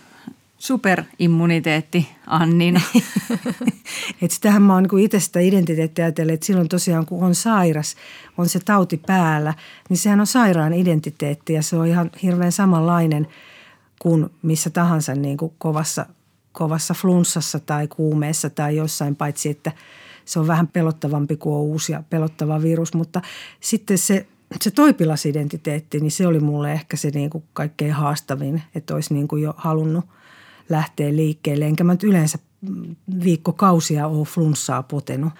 superimmuniteetti Annina. Että sitähän mä oon niinku itse sitä identiteettiä ajatellut, että silloin tosiaan kun on sairas, on se tauti päällä, niin sehän on sairaan identiteetti ja se on ihan hirveän samanlainen kuin missä tahansa niinku kovassa, kovassa flunssassa tai kuumeessa tai jossain, paitsi että se on vähän pelottavampi kuin on uusi ja pelottava virus, mutta sitten se, se toipilasidentiteetti, niin se oli mulle ehkä se niin kuin kaikkein haastavin, että olisi niin kuin jo halunnut lähteä liikkeelle. Enkä mä nyt yleensä viikkokausia ole flunssaa potenut.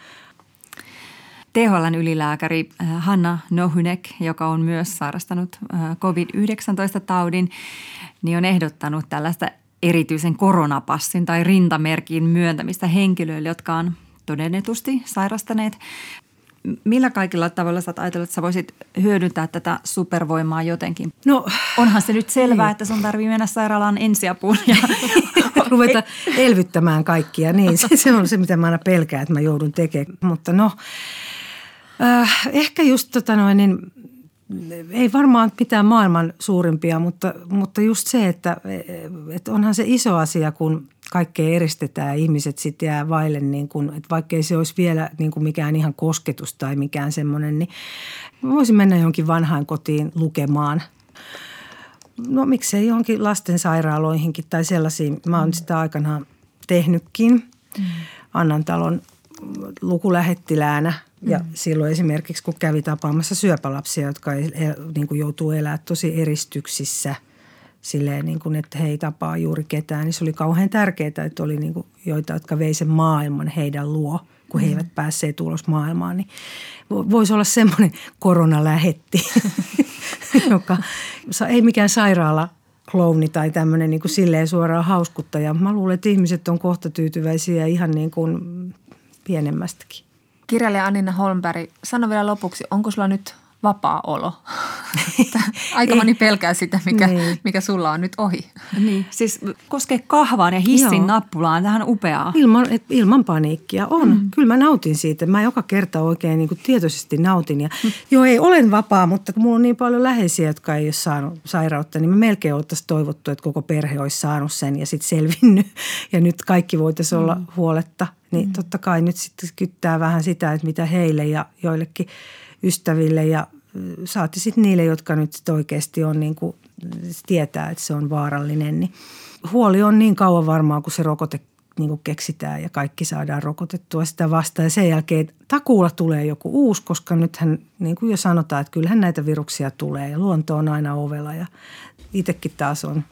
T H L:n ylilääkäri Hanna Nohynek, joka on myös sairastanut covid yhdeksäntoista-taudin, niin on ehdottanut tällaista erityisen koronapassin tai rintamerkin myöntämistä henkilöille, jotka on todennetusti sairastaneet. Millä kaikilla tavalla sä oot ajatellut, että sä voisit hyödyntää tätä supervoimaa jotenkin? No, onhan se nyt selvää, niin, että sun tarvii mennä sairaalaan ensiapuun ja ruveta elvyttämään kaikkia. Niin, se, se on se, mitä mä aina pelkään, että mä joudun tekemään. Mutta no, äh, ehkä just tota noin, niin ei varmaan pitää maailman suurimpia, mutta, mutta just se, että, että onhan se iso asia, kun kaikkea eristetään ja ihmiset sitten jää vaille, niin kuin, että vaikkei se olisi vielä niin kuin mikään ihan kosketus tai mikään semmoinen, niin voisin mennä johonkin vanhainkotiin lukemaan. No miksei johonkin lastensairaaloihinkin tai sellaisiin. Mä oon sitä aikanaan tehnytkin mm. Annantalon lukulähettiläänä. Ja mm. silloin esimerkiksi, kun kävi tapaamassa syöpälapsia, jotka ei, niin kuin joutuu elämään tosi eristyksissä silleen, niin kuin, että he ei tapaa juuri ketään, niin se oli kauhean tärkeää, että oli niin kuin joita, jotka vei sen maailman heidän luo, kun he mm. eivät päässeet ulos maailmaan. Niin voisi olla semmoinen koronalähetti, joka ei mikään sairaala klouni tai tämmöinen niin kuin silleen suoraan hauskuttaja. Mä luulen, että ihmiset on kohta tyytyväisiä ihan niin kuin pienemmästäkin. Kirjailija Annina Holmberg, sano vielä lopuksi, onko sulla nyt vapaa olo? Aika moni pelkää sitä, mikä, niin. mikä sulla on nyt ohi. Niin, siis koskee kahvaan ja hissin Joo. nappulaan, tähän upeaa. Ilman, ilman paniikkia on. Mm. Kyllä mä nautin siitä. Mä joka kerta oikein niin kuin tietoisesti nautin. Ja, mm. Joo, ei olen vapaa, mutta mulla on niin paljon läheisiä, jotka ei ole saanut sairautta, niin me melkein oltaisiin toivottu, että koko perhe olisi saanut sen ja sitten selvinnyt. Ja nyt kaikki voitaisiin mm. olla huoletta. Niin mm. totta kai nyt sitten kyttää vähän sitä, että mitä heille ja joillekin ystäville ja saati sitten niille, jotka nyt sit oikeasti on niin kuin tietää, että se on vaarallinen. Niin huoli on niin kauan varmaan, kun se rokote niin kuin keksitään ja kaikki saadaan rokotettua sitä vastaan. Ja sen jälkeen takuulla tulee joku uusi, koska nythän niin kuin jo sanotaan, että kyllähän näitä viruksia tulee ja luonto on aina ovella ja itsekin taas on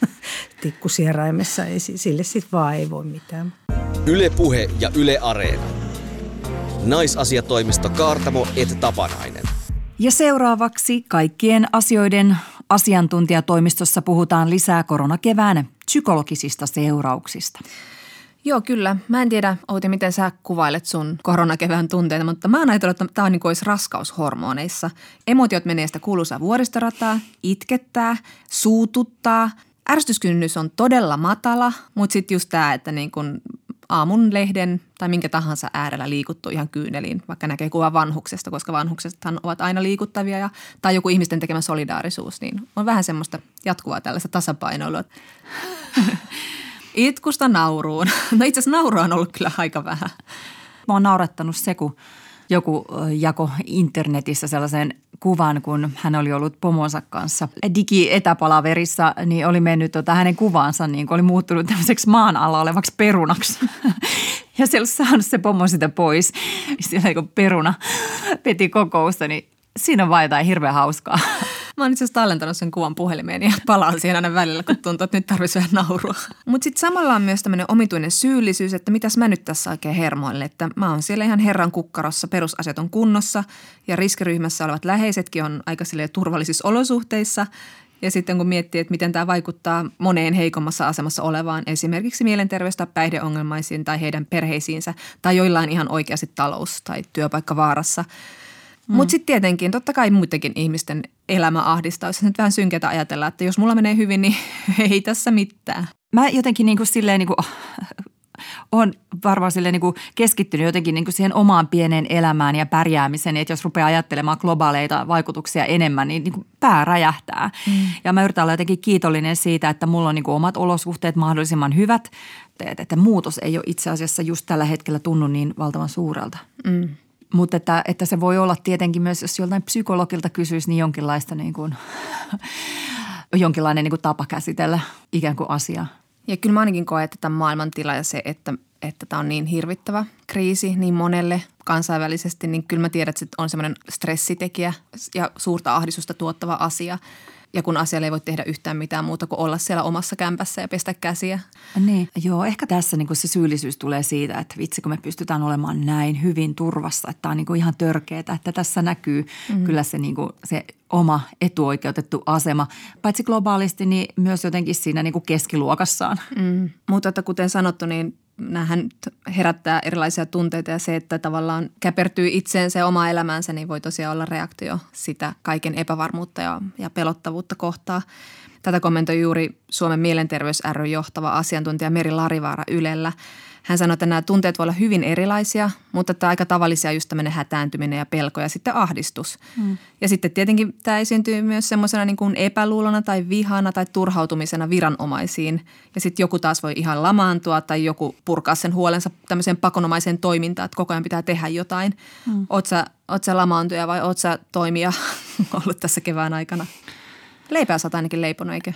tikkusieraimessa. Sille sitten vaan ei voi mitään. Yle Puhe ja Yle Areena. Naisasiatoimisto Kaartamo et Tapanainen. Ja seuraavaksi kaikkien asioiden asiantuntijatoimistossa puhutaan lisää koronakevään psykologisista seurauksista. Joo, kyllä. Mä en tiedä, Outi, miten sä kuvailet sun koronakevään tunteita, mutta mä oon ajatellut, että tää on niin kuin olisi raskaushormoneissa. Emotiot menee sitä kuuluisaa vuoristorataa, itkettää, suututtaa. Ärsytyskynnys on todella matala, mutta sitten just tää, että niin kuin aamun lehden tai minkä tahansa äärellä liikuttu ihan kyyneliin, vaikka näkee kuva vanhuksesta, koska vanhuksethan ovat aina liikuttavia ja, tai joku ihmisten tekemä solidaarisuus, niin on vähän semmoista jatkuvaa tällaista tasapainoilua. Itkusta nauruun. No itse asiassa naurua on ollut kyllä aika vähän. Mä oon naurattanut se, kun joku jako internetissä sellaisen kuvan, kun hän oli ollut pomonsa kanssa digi-etäpalaverissa, niin oli mennyt tota, hänen kuvansa, niin oli muuttunut tämmöiseksi maan alla olevaksi perunaksi. Ja se ei ollut saanut se pomo sitä pois. Siellä kun peruna peti kokousta, niin siinä on vaan jotain hirveän hauskaa. Mä oon itse asiassa tallentanut sen kuvan puhelimeen ja palaan siihen aina välillä, kun tuntuu, että nyt tarvitsisi vähän naurua. Mutta sitten samalla on myös tämmöinen omituinen syyllisyys, että mitäs mä nyt tässä oikein hermoille. Että mä oon siellä ihan herran kukkarossa, perusasiat on kunnossa ja riskiryhmässä olevat läheisetkin on aika silleen turvallisissa olosuhteissa. Ja sitten kun miettii, että miten tämä vaikuttaa moneen heikommassa asemassa olevaan, esimerkiksi mielenterveys- tai päihdeongelmaisiin tai heidän perheisiinsä tai joillain ihan oikeasti talous- tai työpaikka vaarassa. Mm. Mutta sitten tietenkin, totta kai muidenkin ihmisten elämä ahdistaa, jos nyt vähän synkeätä ajatella, että jos mulla menee hyvin, niin ei tässä mitään. Mä jotenkin niin kuin silleen niin kuin, olen varmaan silleen niin kuin keskittynyt jotenkin niin kuin siihen omaan pieneen elämään ja pärjäämiseen, että jos rupeaa ajattelemaan globaaleita vaikutuksia enemmän, niin, niin kuin pää räjähtää. Mm. Ja mä yritän olla jotenkin kiitollinen siitä, että mulla on niin kuin omat olosuhteet mahdollisimman hyvät, että, että muutos ei ole itse asiassa just tällä hetkellä tunnu niin valtavan suurelta. Mm. Mutta että, että se voi olla tietenkin myös, jos joltain psykologilta kysyisi, niin jonkinlaista niin kuin, jonkinlainen niin kuin tapa käsitellä ikään kuin asiaa. Ja kyllä mä ainakin koen, että tämä maailmantila ja se, että että tämä on niin hirvittävä kriisi niin monelle kansainvälisesti, niin kyllä mä tiedän, että se on semmoinen stressitekijä ja suurta ahdistusta tuottava asia. Ja kun asialle ei voi tehdä yhtään mitään muuta kuin olla siellä omassa kämpässä ja pestä käsiä. Niin, joo. Ehkä tässä niin kuin se syyllisyys tulee siitä, että vitsi kun me pystytään olemaan näin hyvin turvassa, että tämä on niin kuin ihan törkeetä, että tässä näkyy mm. kyllä se, niin kuin, se oma etuoikeutettu asema. Paitsi globaalisti, niin myös jotenkin siinä niin kuin keskiluokassaan. Mm. Mutta että kuten sanottu, niin näähän herättää erilaisia tunteita ja se, että tavallaan käpertyy itseensä ja omaa elämäänsä, niin voi tosiaan olla reaktio sitä kaiken epävarmuutta ja, ja pelottavuutta kohtaan. Tätä kommentoi juuri Suomen mielenterveys ry johtava asiantuntija Meri Larivaara Ylellä. Hän sanoi, että nämä tunteet voi olla hyvin erilaisia, mutta että aika tavallisia just tämmöinen hätääntyminen ja pelko ja sitten ahdistus. Mm. Ja sitten tietenkin tämä esiintyy myös semmoisena niin kuin epäluulona tai vihana tai turhautumisena viranomaisiin. Ja sitten joku taas voi ihan lamaantua tai joku purkaa sen huolensa tämmöiseen pakonomaiseen toimintaan, että koko ajan pitää tehdä jotain. Mm. Oot sä, oot sä lamaantuja vai oot sä toimija ollut tässä kevään aikana? Leipää sä oot ainakin leiponut, eikö?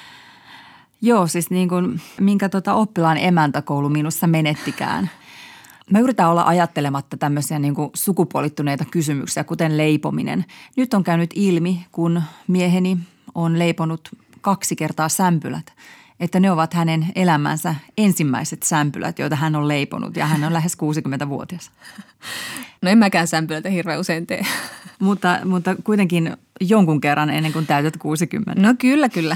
Joo, siis niin kuin minkä tota oppilaan emäntäkoulu minussa menettikään. Mä yritän olla ajattelematta tämmöisiä niin kuin sukupuolittuneita kysymyksiä, kuten leipominen. Nyt on käynyt ilmi, kun mieheni on leiponut kaksi kertaa sämpylät, että ne ovat hänen elämänsä ensimmäiset sämpylät, joita hän on leiponut ja hän on lähes kuusikymmentävuotias. No en mäkään sämpylöitä hirveän usein tee. mutta, mutta kuitenkin jonkun kerran ennen kuin täytät kuusikymmentä. No kyllä, kyllä.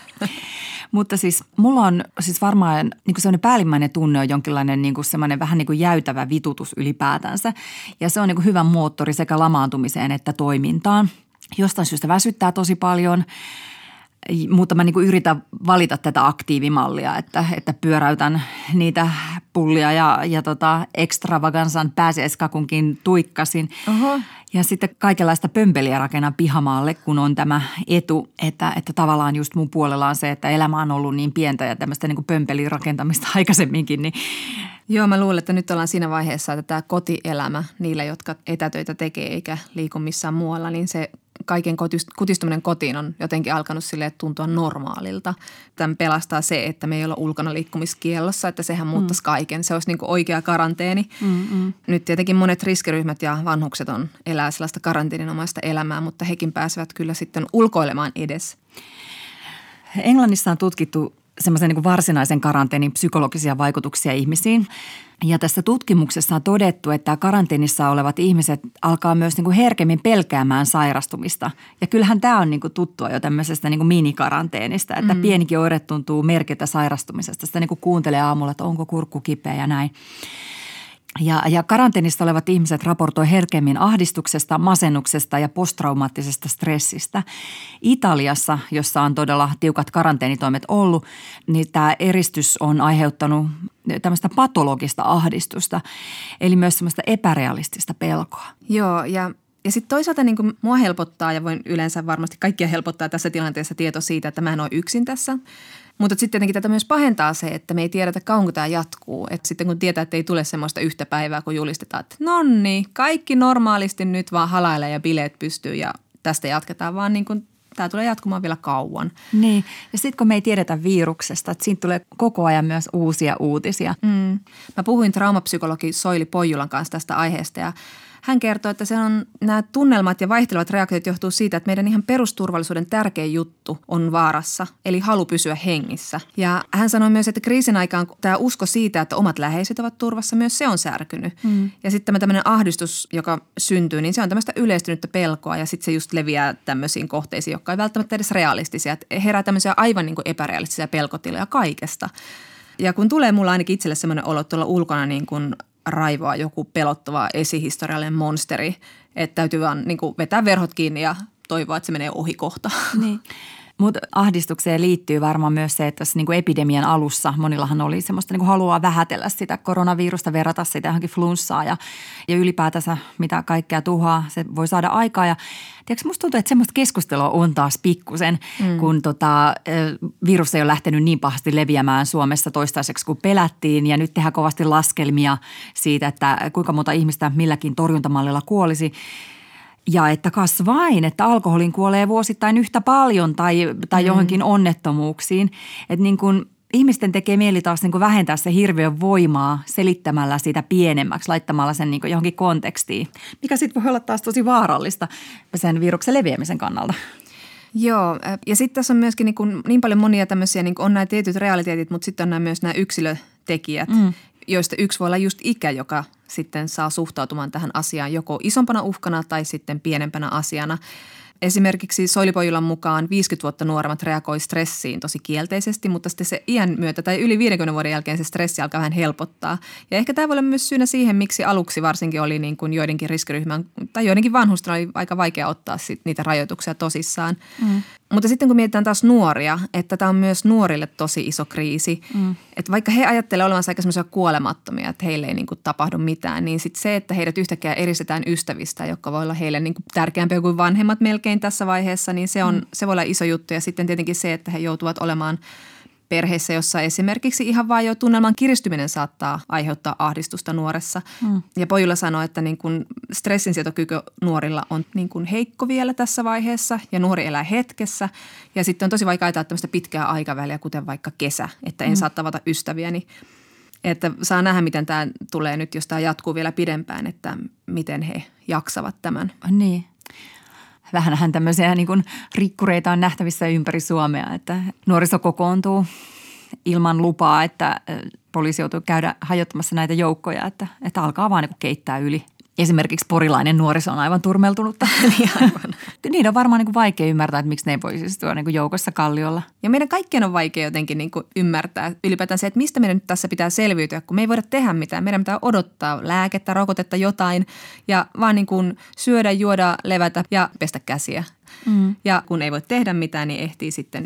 Mutta siis mulla on siis varmaan niin kuin sellainen päällimmäinen tunne on jonkinlainen niin kuin semmoinen vähän niin kuin jäytävä vitutus ylipäätänsä. Ja se on niin kuin hyvä moottori sekä lamaantumiseen että toimintaan. Jostain syystä väsyttää tosi paljon, mutta mä niin kuin yritän valita tätä aktiivimallia, että, että pyöräytän niitä pullia ja, ja tota extravagansan pääsiäiskakunkin tuikkasin. Oho. Ja sitten kaikenlaista pömpeliä rakennan pihamaalle, kun on tämä etu, että, että tavallaan just mun puolella on se, että elämä on ollut niin pientä ja tämmöistä niin kuin pömpelin rakentamista aikaisemminkin. Niin. Joo, mä luulen, että nyt ollaan siinä vaiheessa, että tämä kotielämä niillä, jotka etätöitä tekee eikä liiku missään muualla, niin se kaiken kutistuminen kotiin on jotenkin alkanut silleen tuntua normaalilta. Tämän pelastaa se, että me ei olla ulkona liikkumiskiellossa, että sehän muuttaisi mm. kaiken. Se olisi niin kuin oikea karanteeni. Mm-mm. Nyt tietenkin monet riskiryhmät ja vanhukset on elää sellaista karanteeninomaista elämää, mutta hekin pääsevät kyllä sitten ulkoilemaan edes. Englannissa on tutkittu semmoisen niin kuin varsinaisen karanteenin psykologisia vaikutuksia ihmisiin. Ja tässä tutkimuksessa on todettu, että karanteenissa olevat ihmiset alkaa myös niin kuin herkemmin pelkäämään sairastumista. Ja kyllähän tämä on niin kuin tuttua jo tämmöisestä niin kuin minikaranteenista, että mm. pienikin oire tuntuu merkiltä sairastumisesta. Sitä niin kuin kuuntelee aamulla, että onko kurkku kipeä ja näin. Ja, ja karanteenissa olevat ihmiset raportoi herkemmin ahdistuksesta, masennuksesta ja posttraumaattisesta stressistä. Italiassa, jossa on todella tiukat karanteenitoimet ollut, niin tämä eristys on aiheuttanut tämmöistä patologista ahdistusta, eli myös semmoista epärealistista pelkoa. Joo, ja Ja sitten toisaalta niin kuin mua helpottaa ja voin yleensä varmasti kaikkia helpottaa tässä tilanteessa tieto siitä, että mä en ole yksin tässä. Mutta sitten tietenkin tätä myös pahentaa se, että me ei tiedetä kauanko tämä jatkuu. Että sitten kun tietää, että ei tule semmoista yhtä päivää, kun julistetaan, että nonni, kaikki normaalisti nyt vaan halailee ja bileet pystyy ja tästä jatketaan vaan niin kuin tämä tulee jatkumaan vielä kauan. Niin, ja sitten kun me ei tiedetä viruksesta, että siitä tulee koko ajan myös uusia uutisia. Mm. Mä puhuin traumapsykologi Soili Poijulan kanssa tästä aiheesta ja hän kertoo, että se on, nämä tunnelmat ja vaihtelevat reaktiot johtuu siitä, että meidän ihan perusturvallisuuden tärkein juttu on vaarassa, eli halu pysyä hengissä. Ja hän sanoi myös, että kriisin aikaan tämä usko siitä, että omat läheiset ovat turvassa, myös se on särkynyt. Mm. Ja sitten tämmöinen ahdistus, joka syntyy, niin se on tämmöistä yleistynyttä pelkoa ja sitten se just leviää tämmöisiin kohteisiin, jotka ei välttämättä edes realistisia. Että herää tämmöisiä aivan niin kuin epärealistisia pelkotiloja kaikesta. Ja kun tulee mulla ainakin itselle semmoinen olo tuolla ulkona niin kuin raivoa joku pelottava esihistoriallinen monsteri, että täytyy vaan niin kuin vetää verhot kiinni ja toivoa, että se menee ohi kohta. Niin. Mutta ahdistukseen liittyy varmaan myös se, että tässä niin kuin epidemian alussa monillahan oli semmoista niin kuin haluaa vähätellä sitä koronavirusta, verrata sitä johonkin flunssaa ja, ja ylipäätänsä mitä kaikkea tuhoa se voi saada aikaa. Ja tiedätkö, musta tuntuu, että semmoista keskustelua on taas pikkusen, mm. kun tota, virus ei ole lähtenyt niin pahasti leviämään Suomessa toistaiseksi kuin pelättiin. Ja nyt tehdään kovasti laskelmia siitä, että kuinka monta ihmistä milläkin torjuntamallilla kuolisi. Ja että kas vain, että alkoholin kuolee vuosittain yhtä paljon tai, tai mm. johonkin onnettomuuksiin. Että niin kuin ihmisten tekee mieli taas niin kuin vähentää se hirveän voimaa selittämällä sitä pienemmäksi, laittamalla sen niin kuin johonkin kontekstiin. Mikä sitten voi olla taas tosi vaarallista sen viruksen leviämisen kannalta. Joo, ja sitten tässä on myöskin niin, kuin niin paljon monia tämmöisiä, niin kuin on nämä tietyt realiteetit, mutta sitten on nämä myös nämä yksilötekijät, mm. joista yksi voi olla just ikä, joka sitten saa suhtautumaan tähän asiaan joko isompana uhkana tai sitten pienempänä asiana. Esimerkiksi Soili Poijulan mukaan viisikymmentä vuotta nuoremmat reagoi stressiin tosi kielteisesti, mutta sitten se iän myötä tai yli viidenkymmenen vuoden jälkeen se stressi alkaa vähän helpottaa. Ja ehkä tämä voi olla myös syynä siihen, miksi aluksi varsinkin oli niin kuin joidenkin riskiryhmän tai joidenkin vanhusten oli aika vaikea ottaa sit niitä rajoituksia tosissaan. Mm. Mutta sitten kun mietitään taas nuoria, että tämä on myös nuorille tosi iso kriisi. Mm. Että vaikka he ajattelevat olevansa aika semmoisia kuolemattomia, että heille ei niin kuin tapahdu mitään, niin sitten se, että heidät yhtäkkiä eristetään ystävistä, jotka voi olla heille niin kuin tärkeämpiä kuin vanhemmat melkein tässä vaiheessa, niin se, on, mm. se voi olla iso juttu. Ja sitten tietenkin se, että he joutuvat olemaan perheessä, jossa esimerkiksi ihan vain jo tunnelman kiristyminen saattaa aiheuttaa ahdistusta nuoressa. Mm. Ja pojilla sanoo, että niin kuin stressinsietokyky nuorilla on niin kuin heikko vielä tässä vaiheessa ja nuori elää hetkessä. Ja sitten on tosi vaikea ajatella tämmöistä pitkää aikaväliä, kuten vaikka kesä, että en mm. saa tavata ystäviäni. Että saa nähdä, miten tämä tulee nyt, jos tämä jatkuu vielä pidempään, että miten he jaksavat tämän. Niin. Vähänhän tämmöisiä niin kuin rikkureita on nähtävissä ympäri Suomea, että nuoriso kokoontuu ilman lupaa, että poliisi joutuu käydä hajottamassa näitä joukkoja, että, että alkaa vaan niin kuin keittää yli. Esimerkiksi porilainen nuoriso on aivan turmeltunutta. Niin on varmaan niin kuin vaikea ymmärtää, että miksi ne ei voisi istua niin kuin joukossa kalliolla. Ja meidän kaikkien on vaikea jotenkin niin kuin ymmärtää ylipäätään se, että mistä meidän nyt tässä pitää selviytyä, kun me ei voida tehdä mitään. Meidän pitää odottaa lääkettä, rokotetta, jotain ja vaan niin kuin syödä, juoda, levätä ja pestä käsiä. Mm. Ja kun ei voi tehdä mitään, niin ehtii sitten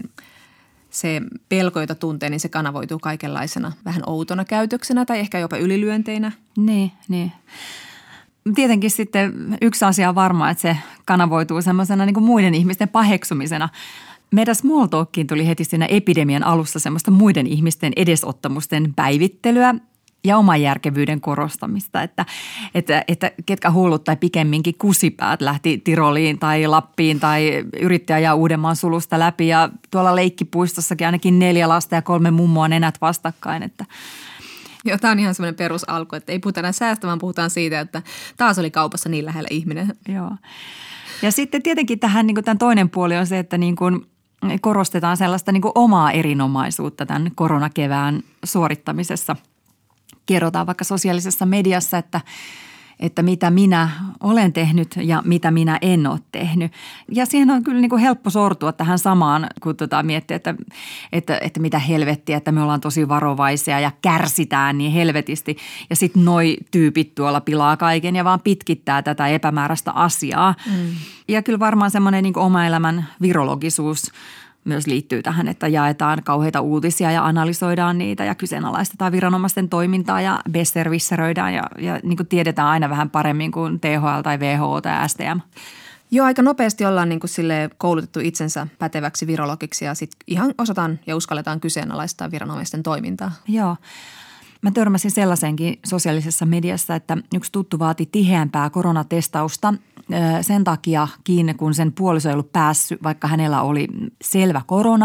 se pelko, jota tuntee, niin se kanavoituu kaikenlaisena vähän outona käytöksenä tai ehkä jopa ylilyönteinä. Niin, niin. Tietenkin sitten yksi asia on varma, että se kanavoituu semmoisena niin kuin muiden ihmisten paheksumisena. Meidän small talkiin tuli heti siinä epidemian alussa semmoista muiden ihmisten edesottamusten päivittelyä ja oman järkevyyden korostamista, että, että, että ketkä hullut tai pikemminkin kusipäät lähti Tiroliin tai Lappiin tai yritti ajaa Uudenmaan sulusta läpi ja tuolla leikkipuistossakin ainakin neljä lasta ja kolme mummoa nenät vastakkain, että Joo, tämä on ihan semmoinen perusalku, että ei puhuta enää säästä, vaan puhutaan siitä, että taas oli kaupassa niin lähellä ihminen. Joo. Ja sitten tietenkin tähän niin kuin tämän toinen puoli on se, että niin kuin korostetaan sellaista niin kuin omaa erinomaisuutta tämän koronakevään suorittamisessa. Kerrotaan vaikka sosiaalisessa mediassa, että että mitä minä olen tehnyt ja mitä minä en ole tehnyt. Ja siihen on kyllä niin kuin helppo sortua tähän samaan, kun tota miettii, että, että, että mitä helvettiä, että me ollaan tosi varovaisia ja kärsitään niin helvetisti. Ja sitten noi tyypit tuolla pilaa kaiken ja vaan pitkittää tätä epämääräistä asiaa. Mm. Ja kyllä varmaan semmoinen niin kuin oma elämän virologisuus myös liittyy tähän, että jaetaan kauheita uutisia ja analysoidaan niitä ja kyseenalaistetaan viranomaisten toimintaa ja besservisseröidään ja, ja niin kuin tiedetään aina vähän paremmin kuin T H L tai W H O tai S T M. Joo, aika nopeasti ollaan niin kuin sille koulutettu itsensä päteväksi virologiksi ja sitten ihan osataan ja uskalletaan kyseenalaistaa viranomaisten toimintaa. Joo. Mä törmäsin sellaisenkin sosiaalisessa mediassa, että yksi tuttu vaati tiheämpää koronatestausta sen takia kiinni, kun sen puoliso ei ollut päässyt, vaikka hänellä oli selvä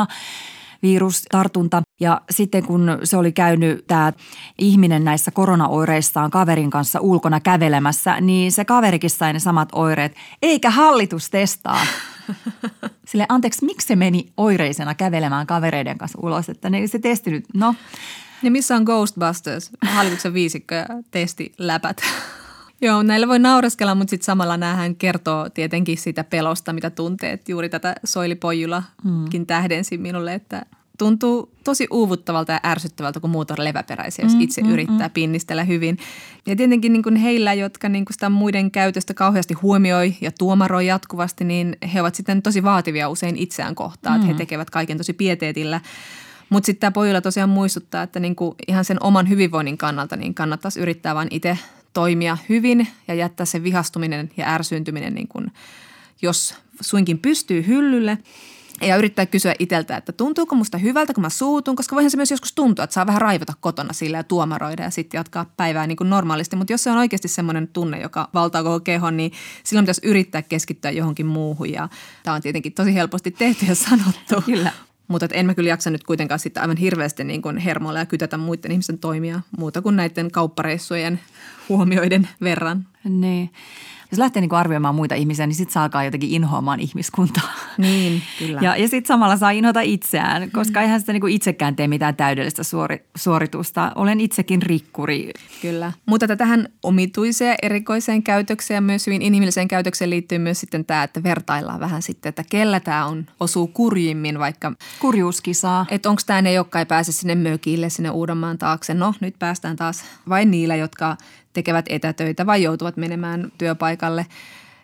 koronavirustartunta. Ja sitten kun se oli käynyt tämä ihminen näissä koronaoireissaan kaverin kanssa ulkona kävelemässä, niin se kaverikin sai ne samat oireet, eikä hallitus testaa. Sille anteeksi, miksi se meni oireisena kävelemään kavereiden kanssa ulos, että ne, se testi nyt, no. Ja missä on Ghostbusters, hallituksen viisikko ja testiläpät? Joo, näillä voi naureskella, mutta sitten samalla näähän kertoo tietenkin sitä pelosta, mitä tuntee. Että juuri tätä Soili Pojulakin mm. tähdensi minulle, että tuntuu tosi uuvuttavalta ja ärsyttävältä, kun muut on leväperäisiä, jos itse mm, yrittää mm. pinnistellä hyvin. Ja tietenkin niin kuin heillä, jotka niin kuin sitä muiden käytöstä kauheasti huomioi ja tuomaroi jatkuvasti, niin he ovat sitten tosi vaativia usein itseään kohtaan, mm. että he tekevät kaiken tosi pieteetillä. Mutta sitten tämä pojilla tosiaan muistuttaa, että niinku ihan sen oman hyvinvoinnin kannalta niin kannattaisi yrittää vaan itse toimia hyvin ja jättää se vihastuminen ja ärsyyntyminen, niin kun, jos suinkin pystyy hyllylle. Ja yrittää kysyä itseltä, että tuntuuko musta hyvältä, kun mä suutun, koska voihan se myös joskus tuntua, että saa vähän raivota kotona sillä ja tuomaroida ja sitten jatkaa päivää niin kuin normaalisti. Mutta jos se on oikeasti semmoinen tunne, joka valtaa koko kehon, niin silloin pitäisi yrittää keskittyä johonkin muuhun ja tämä on tietenkin tosi helposti tehty ja sanottu. Kyllä. Mutta en mä kyllä jaksa nyt kuitenkaan sitten aivan hirveästi niin kuin hermoilla ja kytätä muiden ihmisten toimia muuta kuin näiden kauppareissujen huomioiden verran. Niin. Jos lähtee niin arvioimaan muita ihmisiä, niin sitten saa alkaa jotenkin inhoamaan ihmiskuntaa. Niin, kyllä. Ja, ja sitten samalla saa inhota itseään, koska eihän sitä niin kuin itsekään tee mitään täydellistä suori, suoritusta. Olen itsekin rikkuri. Kyllä. Mutta tähän omituiseen, erikoiseen käytökseen ja myös hyvin inhimilliseen käytökseen liittyy myös sitten tämä, että vertaillaan vähän sitten, että kellä tämä on, osuu kurjimmin vaikka. Kurjuuskisaa. Että onko tämä ne, jotka ei pääse sinne mökille, sinne Uudenmaan taakse. No nyt päästään taas vain niillä, jotka tekevät etätöitä vai joutuvat menemään työpaikalle.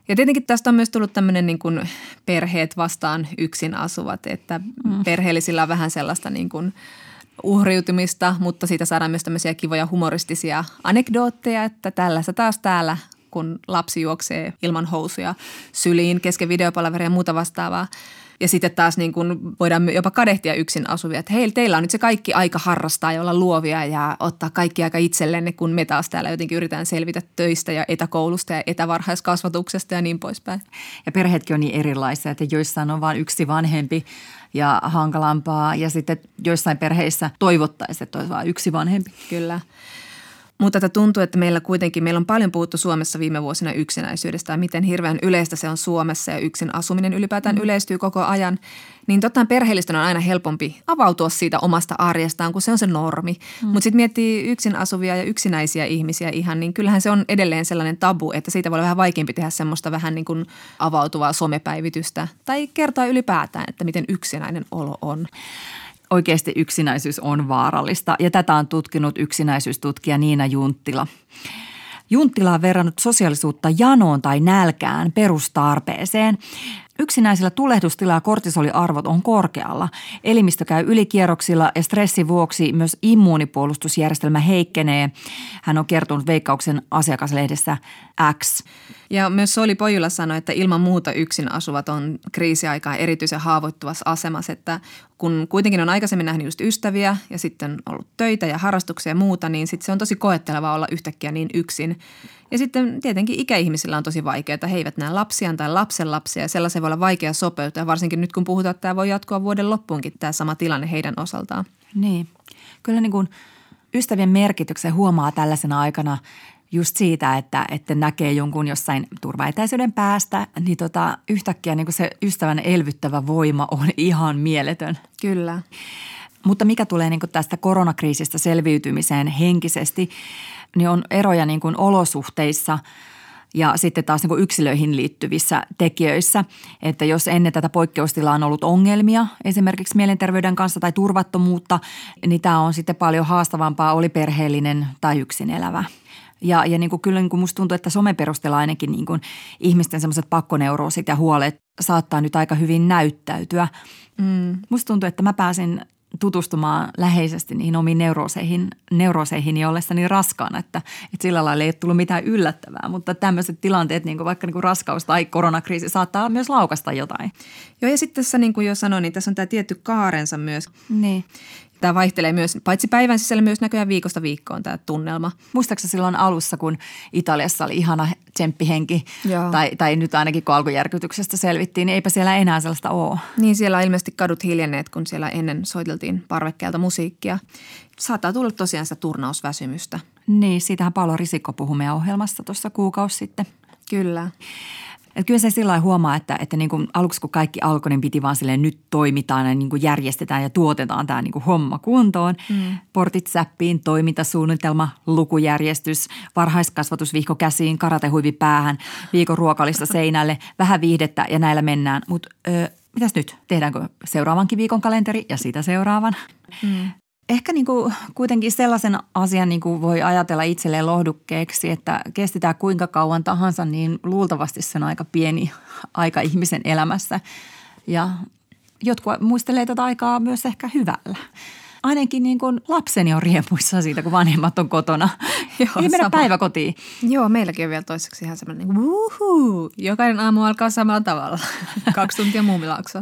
Ja tietenkin tästä on myös tullut tämmöinen niin kuin perheet vastaan yksin asuvat, että mm. perheellisillä on vähän sellaista niin kuin uhriutumista, mutta siitä saadaan myös tämmöisiä kivoja humoristisia anekdootteja, että tällaista taas täällä, kun lapsi juoksee ilman housuja syliin kesken videopalaveria ja muuta vastaavaa. Ja sitten taas niin kuin voidaan jopa kadehtia yksin asuvia, että hei, teillä on nyt se kaikki aika harrastaa ja olla luovia ja ottaa kaikki aika itsellenne, kun me taas täällä jotenkin yritetään selvitä töistä ja etäkoulusta ja etävarhaiskasvatuksesta ja niin poispäin. Ja perheetkin on niin erilaisia, että joissain on vain yksi vanhempi ja hankalampaa ja sitten joissain perheissä toivottaisiin, että olisi vain yksi vanhempi. Kyllä. Mutta että tuntuu, että meillä kuitenkin, meillä on paljon puhuttu Suomessa viime vuosina yksinäisyydestä ja miten hirveän yleistä se on Suomessa ja yksin asuminen ylipäätään mm. yleistyy koko ajan. Niin totta perheellisten on aina helpompi avautua siitä omasta arjestaan, kun se on se normi. Mm. Mutta sitten miettii yksin asuvia ja yksinäisiä ihmisiä ihan, niin kyllähän se on edelleen sellainen tabu, että siitä voi olla vähän vaikeampi tehdä semmoista vähän niin kuin avautuvaa somepäivitystä tai kertoa ylipäätään, että miten yksinäinen olo on. Oikeasti yksinäisyys on vaarallista ja tätä on tutkinut yksinäisyystutkija Niina Junttila. Junttila on verrannut sosiaalisuutta janoon tai nälkään perustarpeeseen. Yksinäisillä tulehdustila- ja kortisoliarvot on korkealla. Elimistö käy ylikierroksilla ja stressin vuoksi myös immuunipuolustusjärjestelmä heikkenee. Hän on kertonut Veikkauksen asiakaslehdessä X. Ja myös Soili Pojula sanoi, että ilman muuta yksin asuvat on kriisiaikaan erityisen haavoittuvassa asemassa, että kun kuitenkin on aikaisemmin nähnyt just ystäviä ja sitten ollut töitä ja harrastuksia ja muuta, niin sitten se on tosi koettelevaa olla yhtäkkiä niin yksin. Ja sitten tietenkin ikäihmisillä on tosi vaikeaa, että he eivät näe lapsiaan tai lapsenlapsia ja sellaisen voi olla vaikea sopeutua. Ja varsinkin nyt kun puhutaan, että tämä voi jatkua vuoden loppuunkin tämä sama tilanne heidän osaltaan. Niin, kyllä niin kuin ystävien merkityksen huomaa tällaisena aikana just siitä, että, että näkee jonkun jossain turvaetäisyyden päästä, niin tota, yhtäkkiä niin kuin se ystävän elvyttävä voima on ihan mieletön. Kyllä. Mutta mikä tulee niin kuin tästä koronakriisistä selviytymiseen henkisesti, niin on eroja niin kuin olosuhteissa ja sitten taas niin kuin yksilöihin liittyvissä tekijöissä. Että jos ennen tätä poikkeustilaa on ollut ongelmia esimerkiksi mielenterveyden kanssa tai turvattomuutta, niin tämä on sitten paljon haastavampaa, oli perheellinen tai yksin elävä. Ja, ja niin kuin kyllä niin kuin musta tuntuu, että somen perusteella ainakin niin kuin ihmisten semmoiset pakkoneuroosit ja huolet saattaa nyt aika hyvin näyttäytyä. Mm. Musta tuntuu, että mä pääsin tutustumaan läheisesti niihin omiin neurooseihin, neurooseihin ollessani raskaana, että, että sillä lailla ei ole tullut mitään yllättävää, mutta tämmöiset tilanteet, niin kuin vaikka niin kuin raskaus tai koronakriisi, saattaa myös laukasta jotain. Joo, ja sitten tässä niin kuin jo sanoin, niin tässä on tämä tietty kaarensa myös. Niin. Tämä vaihtelee myös, paitsi päivän sisällä myös näköjään viikosta viikkoon tämä tunnelma. Muistaakseni silloin alussa, kun Italiassa oli ihana tsemppihenki, tai, tai nyt ainakin kun alkujärkytyksestä selvittiin, niin eipä siellä enää sellaista ole. Niin, siellä on ilmeisesti kadut hiljenneet, kun siellä ennen soiteltiin parvekkeelta musiikkia. Saattaa tulla tosiaan sitä turnausväsymystä. Niin, siitähän Paolo Risikko puhui meidän ohjelmassa tuossa kuukausi sitten. Kyllä. Että kyllä se sillä lailla huomaa, että, että niin kuin aluksi kun kaikki alkoi, niin piti vaan silleen nyt toimitaan ja niin kuin järjestetään ja tuotetaan tämä niin kuin homma kuntoon. Mm. Portit säppiin, toimintasuunnitelma, lukujärjestys, varhaiskasvatusvihko käsiin, karatehuivi päähän, viikon ruokalista seinälle, vähän viihdettä ja näillä mennään. Mutta mitäs nyt? Tehdäänkö seuraavankin viikon kalenteri ja sitä seuraavan? Mm. Ehkä niin kuin kuitenkin sellaisen asian niin kuin voi ajatella itselleen lohdukkeeksi, että kestetään kuinka kauan tahansa, niin luultavasti se on aika pieni aika ihmisen elämässä. Ja jotkut muistelee tätä aikaa myös ehkä hyvällä. Ainakin niin kuin lapseni on riemuissaan siitä, kun vanhemmat on kotona. Joo, ei mennä päiväkotiin. Joo, meilläkin on vielä toiseksi ihan semmoinen niin kuin wuhuu. Jokainen aamu alkaa samalla tavalla. Kaksi tuntia muumilaaksoa.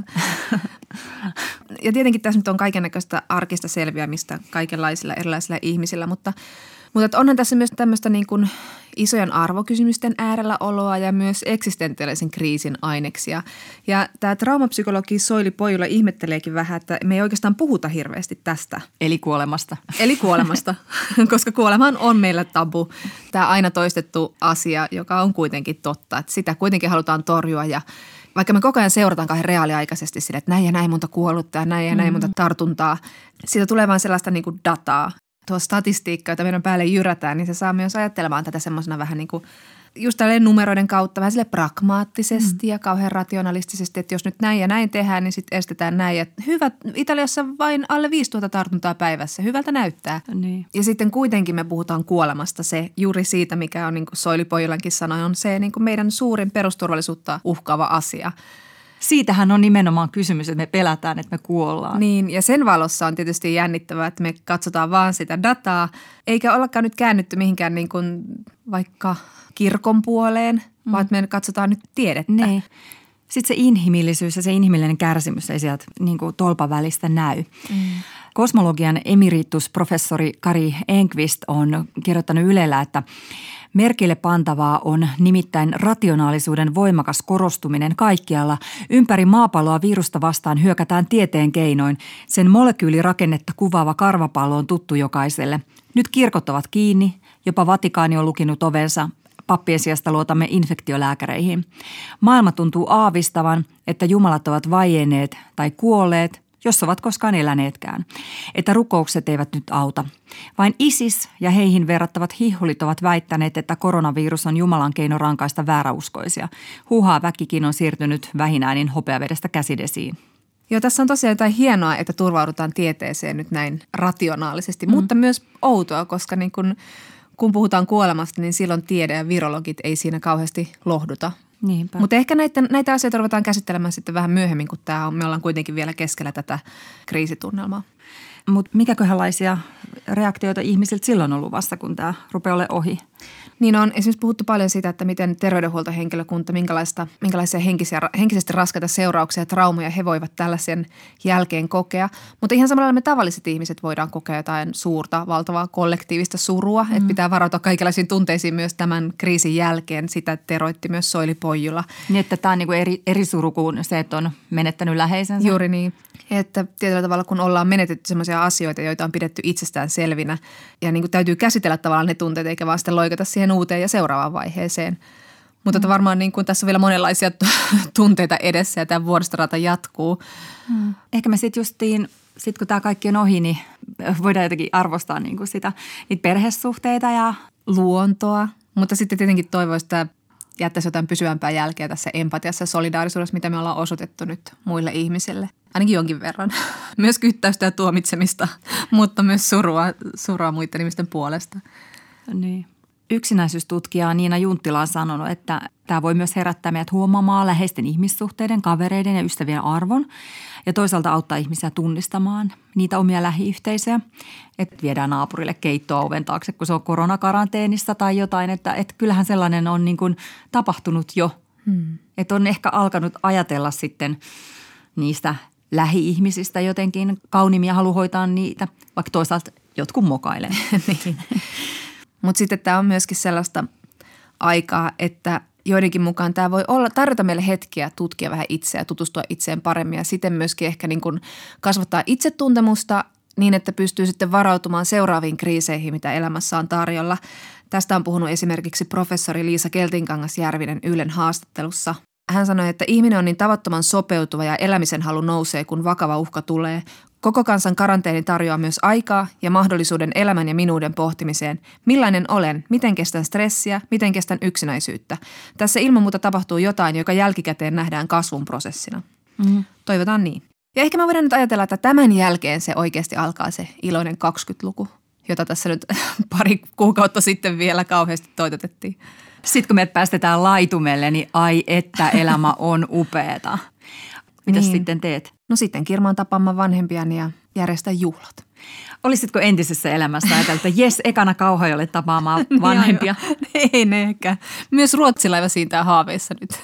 Ja tietenkin tässä nyt on kaikennäköistä arkista selviämistä kaikenlaisilla erilaisilla ihmisillä, mutta, mutta onhan tässä myös tämmöistä niin kuin isojen arvokysymysten äärellä oloa ja myös eksistentiaalisen kriisin aineksia. Ja tämä traumapsykologi Soili Pojula ihmetteleekin vähän, että me ei oikeastaan puhuta hirveästi tästä. Eli kuolemasta. Eli kuolemasta, koska kuolemahan on meillä tabu. Tämä aina toistettu asia, joka on kuitenkin totta, että sitä kuitenkin halutaan torjua ja vaikka me koko ajan seurataan kauhean reaaliaikaisesti sille, että näin ja näin monta kuollutta ja näin ja näin monta tartuntaa. Siitä tulee vaan sellaista niin kuin dataa. Tuo statistiikka, jota meidän päälle jyrätään, niin se saa myös ajattelemaan tätä semmoisena vähän niin kuin just tälleen numeroiden kautta vähän sille pragmaattisesti mm. ja kauhean rationalistisesti, että jos nyt näin ja näin tehdään, niin sitten estetään näin. Ja hyvä, Italiassa vain alle viisituhatta tartuntaa päivässä. Hyvältä näyttää. Niin. Ja sitten kuitenkin me puhutaan kuolemasta. Se juuri siitä, mikä on niin kuin Soili Poijulankin sanoi, on se niin kuin meidän suurin perusturvallisuutta uhkaava asia. Siitähän on nimenomaan kysymys, että me pelätään, että me kuollaan. Niin, ja sen valossa on tietysti jännittävää, että me katsotaan vaan sitä dataa, eikä ollakaan nyt käännytty mihinkään niin kuin vaikka kirkon puoleen, mm. vaan että me katsotaan nyt tiedettä. Niin. Sitten se inhimillisyys ja se inhimillinen kärsimys ei sieltä niin kuin tolpan välistä näy. Mm. Kosmologian emeritusprofessori Kari Enqvist on kirjoittanut Ylellä, että merkille pantavaa on nimittäin rationaalisuuden voimakas korostuminen kaikkialla. Ympäri maapalloa virusta vastaan hyökätään tieteen keinoin. Sen molekyylirakennetta kuvaava karvapallo on tuttu jokaiselle. Nyt kirkot ovat kiinni, jopa Vatikaani on lukinut ovensa. Pappien sijasta luotamme infektiolääkäreihin. Maailma tuntuu aavistavan, että jumalat ovat vaienneet tai kuolleet, jos ovat koskaan eläneetkään. Että rukoukset eivät nyt auta. Vain ISIS ja heihin verrattavat hihulit ovat väittäneet, että koronavirus on Jumalan keino rankaista vääräuskoisia. Huuhaa väkikin on siirtynyt vähinäänin hopeavedestä käsidesiin. Joo, tässä on tosiaan jotain hienoa, että turvaudutaan tieteeseen nyt näin rationaalisesti, mm. mutta myös outoa, koska niin kun, kun puhutaan kuolemasta, niin silloin tiede ja virologit ei siinä kauheasti lohduta. Niinpä. Mutta ehkä näitä, näitä asioita ruvetaan käsittelemään sitten vähän myöhemmin, kun tämä on, me ollaan kuitenkin vielä keskellä tätä kriisitunnelmaa. Mutta mikäköhänlaisia reaktioita ihmisiltä silloin on luvassa, kun tämä rupeaa olemaan ohi? Niin on esimerkiksi puhuttu paljon siitä, että miten terveydenhuoltohenkilökunta, minkälaista, minkälaisia henkisiä, henkisesti raskaita seurauksia ja traumoja he voivat tällaisen jälkeen kokea. Mutta ihan samalla lailla me tavalliset ihmiset voidaan kokea jotain suurta, valtavaa kollektiivista surua. Mm. Että pitää varautua kaikenlaisiin tunteisiin myös tämän kriisin jälkeen. Sitä teroitti myös Soili Poijula. Niin, että tämä on niinku eri, eri suru kuin se, että on menettänyt läheisensä. Juuri niin. Että tietyllä tavalla, kun ollaan menetetty sellaisia asioita, joita on pidetty itsestään selvinä ja niin kuin täytyy käsitellä tavallaan ne tunteet, eikä vaan sitten loikata siihen uuteen ja seuraavaan vaiheeseen. Mutta mm. varmaan niin kuin tässä on vielä monenlaisia tunteita edessä ja tämä vuoristorata jatkuu. Mm. Ehkä me sitten justiin, sit kun tämä kaikki on ohi, niin voidaan jotenkin arvostaa niin kuin sitä, niitä perhesuhteita ja luontoa. Mutta sitten tietenkin toivoisi, että jättäisi jotain pysyvämpää jälkeä tässä empatiassa ja solidaarisuudessa, mitä me ollaan osoitettu nyt muille ihmisille. Ainakin jonkin verran. Myös kyttäystä ja tuomitsemista, mutta myös surua, surua muiden ihmisten puolesta. Niin. Yksinäisyystutkija Niina Junttila on sanonut, että tämä voi myös herättää meidät huomaamaan läheisten ihmissuhteiden, kavereiden ja ystävien arvon ja toisaalta auttaa ihmisiä tunnistamaan niitä omia lähiyhteisöjä. Että viedään naapurille keittoa oven taakse, kun se on koronakaranteenissa tai jotain, että, että kyllähän sellainen on niin kuin tapahtunut jo. Hmm. Että on ehkä alkanut ajatella sitten niistä lähi-ihmisistä jotenkin kauniimmin ja halu hoitaa niitä, vaikka toisaalta jotkut mokailee. Niin. Mutta sitten tämä on myöskin sellaista aikaa, että joidenkin mukaan tämä voi olla, tarjota meille hetkiä tutkia vähän itseä ja tutustua itseen paremmin ja siten myöskin ehkä niin kuin kasvattaa itsetuntemusta niin, että pystyy sitten varautumaan seuraaviin kriiseihin, mitä elämässä on tarjolla. Tästä on puhunut esimerkiksi professori Liisa Keltinkangas-Järvinen Ylen haastattelussa. Hän sanoi, että ihminen on niin tavattoman sopeutuva ja elämisen halu nousee, kun vakava uhka tulee. Koko kansan karanteeni tarjoaa myös aikaa ja mahdollisuuden elämän ja minuuden pohtimiseen. Millainen olen? Miten kestän stressiä? Miten kestän yksinäisyyttä? Tässä ilman muuta tapahtuu jotain, joka jälkikäteen nähdään kasvun prosessina. Mm-hmm. Toivotaan niin. Ja ehkä me voidaan nyt ajatella, että tämän jälkeen se oikeasti alkaa se iloinen kaksikymmentäluku, jota tässä nyt pari kuukautta sitten vielä kauheasti toitotettiin. Sitten kun me päästetään laitumelle, niin ai että elämä on upeata. Mitäs niin. sitten teet? No sitten kirmaan tapaamaan vanhempiani ja järjestää juhlat. Olisitko entisessä elämässä ajatellut, että jes, ekana Kauhajoelle tapaamaan vanhempia? Ei ne ehkä. Myös Ruotsilaiva siitä haaveissa nyt.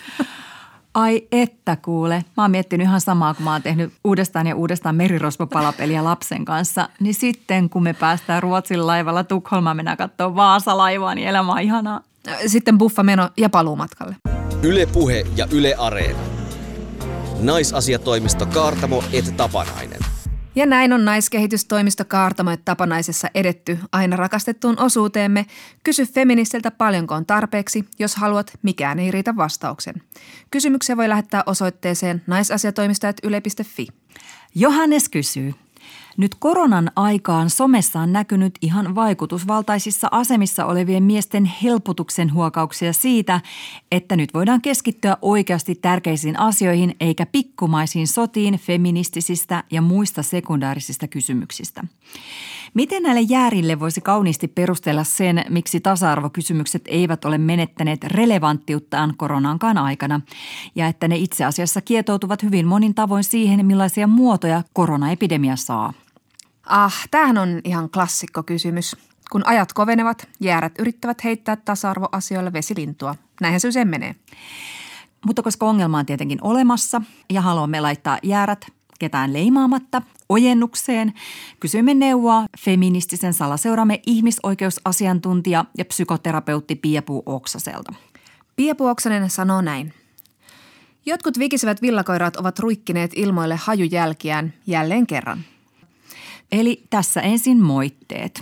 Ai että kuule. Mä oon miettinyt ihan samaa, kun mä oon tehnyt uudestaan ja uudestaan merirosvopalapeliä lapsen kanssa. Niin sitten kun me päästään Ruotsin laivalla Tukholmaan, mennään katsoa Vaasa-laivaa, niin elämä on ihanaa. Sitten buffa meno ja paluumatkalle. Yle Puhe ja Yle Areena. Naisasiatoimisto Kaartamo et Tapanainen. Ja näin on naiskehitystoimisto Kaartamo et Tapanaisessa edetty aina rakastettuun osuuteemme. Kysy feministiltä paljonko on tarpeeksi, jos haluat, mikään ei riitä vastauksen. Kysymyksiä voi lähettää osoitteeseen naisasiatoimisto yle piste fi. Johannes kysyy. Nyt koronan aikaan somessa on näkynyt ihan vaikutusvaltaisissa asemissa olevien miesten helpotuksen huokauksia siitä, että nyt voidaan keskittyä oikeasti tärkeisiin asioihin eikä pikkumaisiin sotiin feministisistä ja muista sekundaarisista kysymyksistä. Miten näille jäärille voisi kauniisti perustella sen, miksi tasa-arvokysymykset eivät ole menettäneet relevanttiuttaan koronankaan aikana ja että ne itse asiassa kietoutuvat hyvin monin tavoin siihen, millaisia muotoja koronaepidemia saa? Ah, tämähän on ihan klassikko kysymys. Kun ajat kovenevat, jäärät yrittävät heittää tasa-arvoasioille vesilintua. Näinhän se usein menee. Mutta koska ongelma on tietenkin olemassa ja haluamme laittaa jäärät ketään leimaamatta ojennukseen, kysyimme neuvoa feministisen salaseuramme ihmisoikeusasiantuntija ja psykoterapeutti Pia-Puu Oksaselta. Pia-Puu Oksanen sanoo näin. Jotkut vikisevät villakoiraat ovat ruikkineet ilmoille hajujälkiään jälleen kerran. Eli tässä ensin moitteet.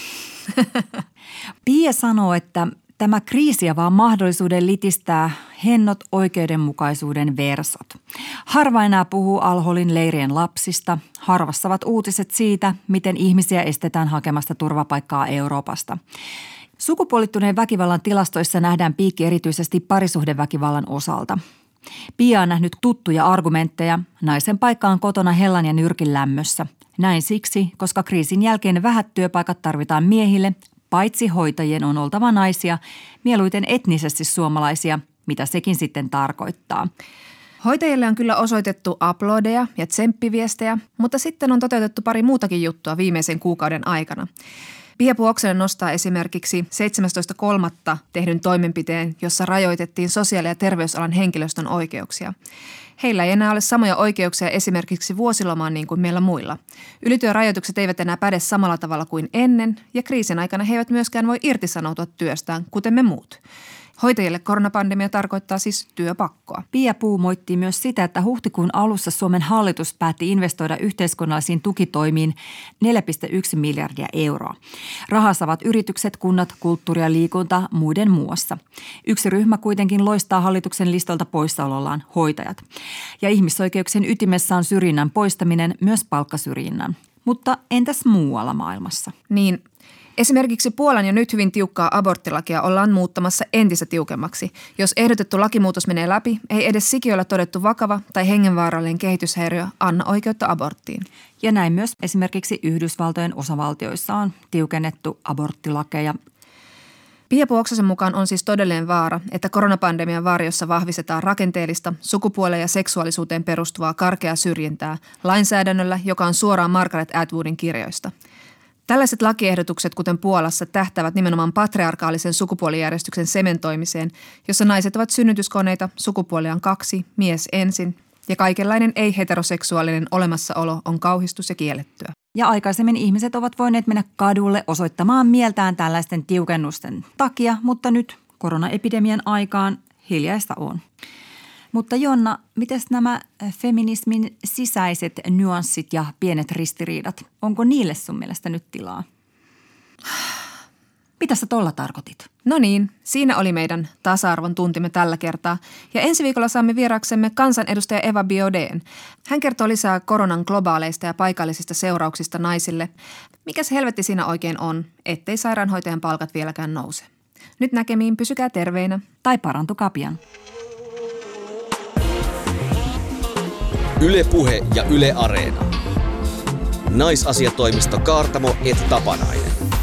Pia sanoo, että tämä kriisi avaa mahdollisuuden litistää hennot oikeudenmukaisuuden versot. Harva enää puhuu Al-Holin leirien lapsista. Harvassa ovat uutiset siitä, miten ihmisiä estetään hakemasta turvapaikkaa Euroopasta. Sukupuolittuneen väkivallan tilastoissa nähdään piikki erityisesti parisuhdeväkivallan osalta. Pia on nähnyt tuttuja argumentteja. Naisen paikka on kotona hellan ja nyrkin lämmössä. Näin siksi, koska kriisin jälkeen vähät työpaikat tarvitaan miehille, paitsi hoitajien on oltava naisia, mieluiten etnisesti suomalaisia, mitä sekin sitten tarkoittaa. Hoitajille on kyllä osoitettu aplodeja ja tsemppiviestejä, mutta sitten on toteutettu pari muutakin juttua viimeisen kuukauden aikana. Pia-Puu Oksanen nostaa esimerkiksi seitsemästoista kolmatta tehdyn toimenpiteen, jossa rajoitettiin sosiaali- ja terveysalan henkilöstön oikeuksia. Heillä ei enää ole samoja oikeuksia esimerkiksi vuosilomaan niin kuin meillä muilla. Ylityörajoitukset eivät enää päde samalla tavalla kuin ennen ja kriisin aikana he eivät myöskään voi irtisanoutua työstään, kuten me muut. Hoitajille koronapandemia tarkoittaa siis työpakkoa. Pia-Puu moitti myös sitä, että huhtikuun alussa Suomen hallitus päätti investoida yhteiskunnallisiin tukitoimiin neljä pilkku yksi miljardia euroa. Rahaa saavat yritykset, kunnat, kulttuuri ja liikunta muiden muassa. Yksi ryhmä kuitenkin loistaa hallituksen listalta poissaolollaan, hoitajat. Ja ihmisoikeuksien ytimessä on syrjinnän poistaminen, myös palkkasyrjinnän. Mutta entäs muualla maailmassa? Niin. Esimerkiksi Puolan jo nyt hyvin tiukkaa aborttilakia ollaan muuttamassa entistä tiukemmaksi. Jos ehdotettu lakimuutos menee läpi, ei edes sikiöllä todettu vakava tai hengenvaarallinen kehityshäiriö anna oikeutta aborttiin. Ja näin myös esimerkiksi Yhdysvaltojen osavaltioissa on tiukennettu aborttilakeja. Pia-Puu Oksasen mukaan on siis todellinen vaara, että koronapandemian varjossa vahvistetaan rakenteellista, sukupuoleen ja seksuaalisuuteen perustuvaa karkeaa syrjintää lainsäädännöllä, joka on suoraan Margaret Atwoodin kirjoista. Tällaiset lakiehdotukset, kuten Puolassa, tähtäävät nimenomaan patriarkaalisen sukupuolijärjestyksen sementoimiseen, jossa naiset ovat synnytyskoneita, sukupuolia on kaksi, mies ensin ja kaikenlainen ei-heteroseksuaalinen olemassaolo on kauhistus ja kiellettyä. Ja aikaisemmin ihmiset ovat voineet mennä kadulle osoittamaan mieltään tällaisten tiukennusten takia, mutta nyt koronaepidemian aikaan hiljaista on. Mutta Jonna, mites nämä feminismin sisäiset nyanssit ja pienet ristiriidat, onko niille sun mielestä nyt tilaa? Mitä sä tolla tarkoitit? No niin, siinä oli meidän tasa-arvon tuntimme tällä kertaa. Ja ensi viikolla saamme vieraaksemme kansanedustaja Eva Biaudet'n. Hän kertoo lisää koronan globaaleista ja paikallisista seurauksista naisille. Mikäs helvetti siinä oikein on, ettei sairaanhoitajan palkat vieläkään nouse? Nyt näkemiin, pysykää terveinä. Tai parantukaa pian. Yle Puhe ja Yle Areena. Naisasiatoimisto Kaartamo et Tapanainen.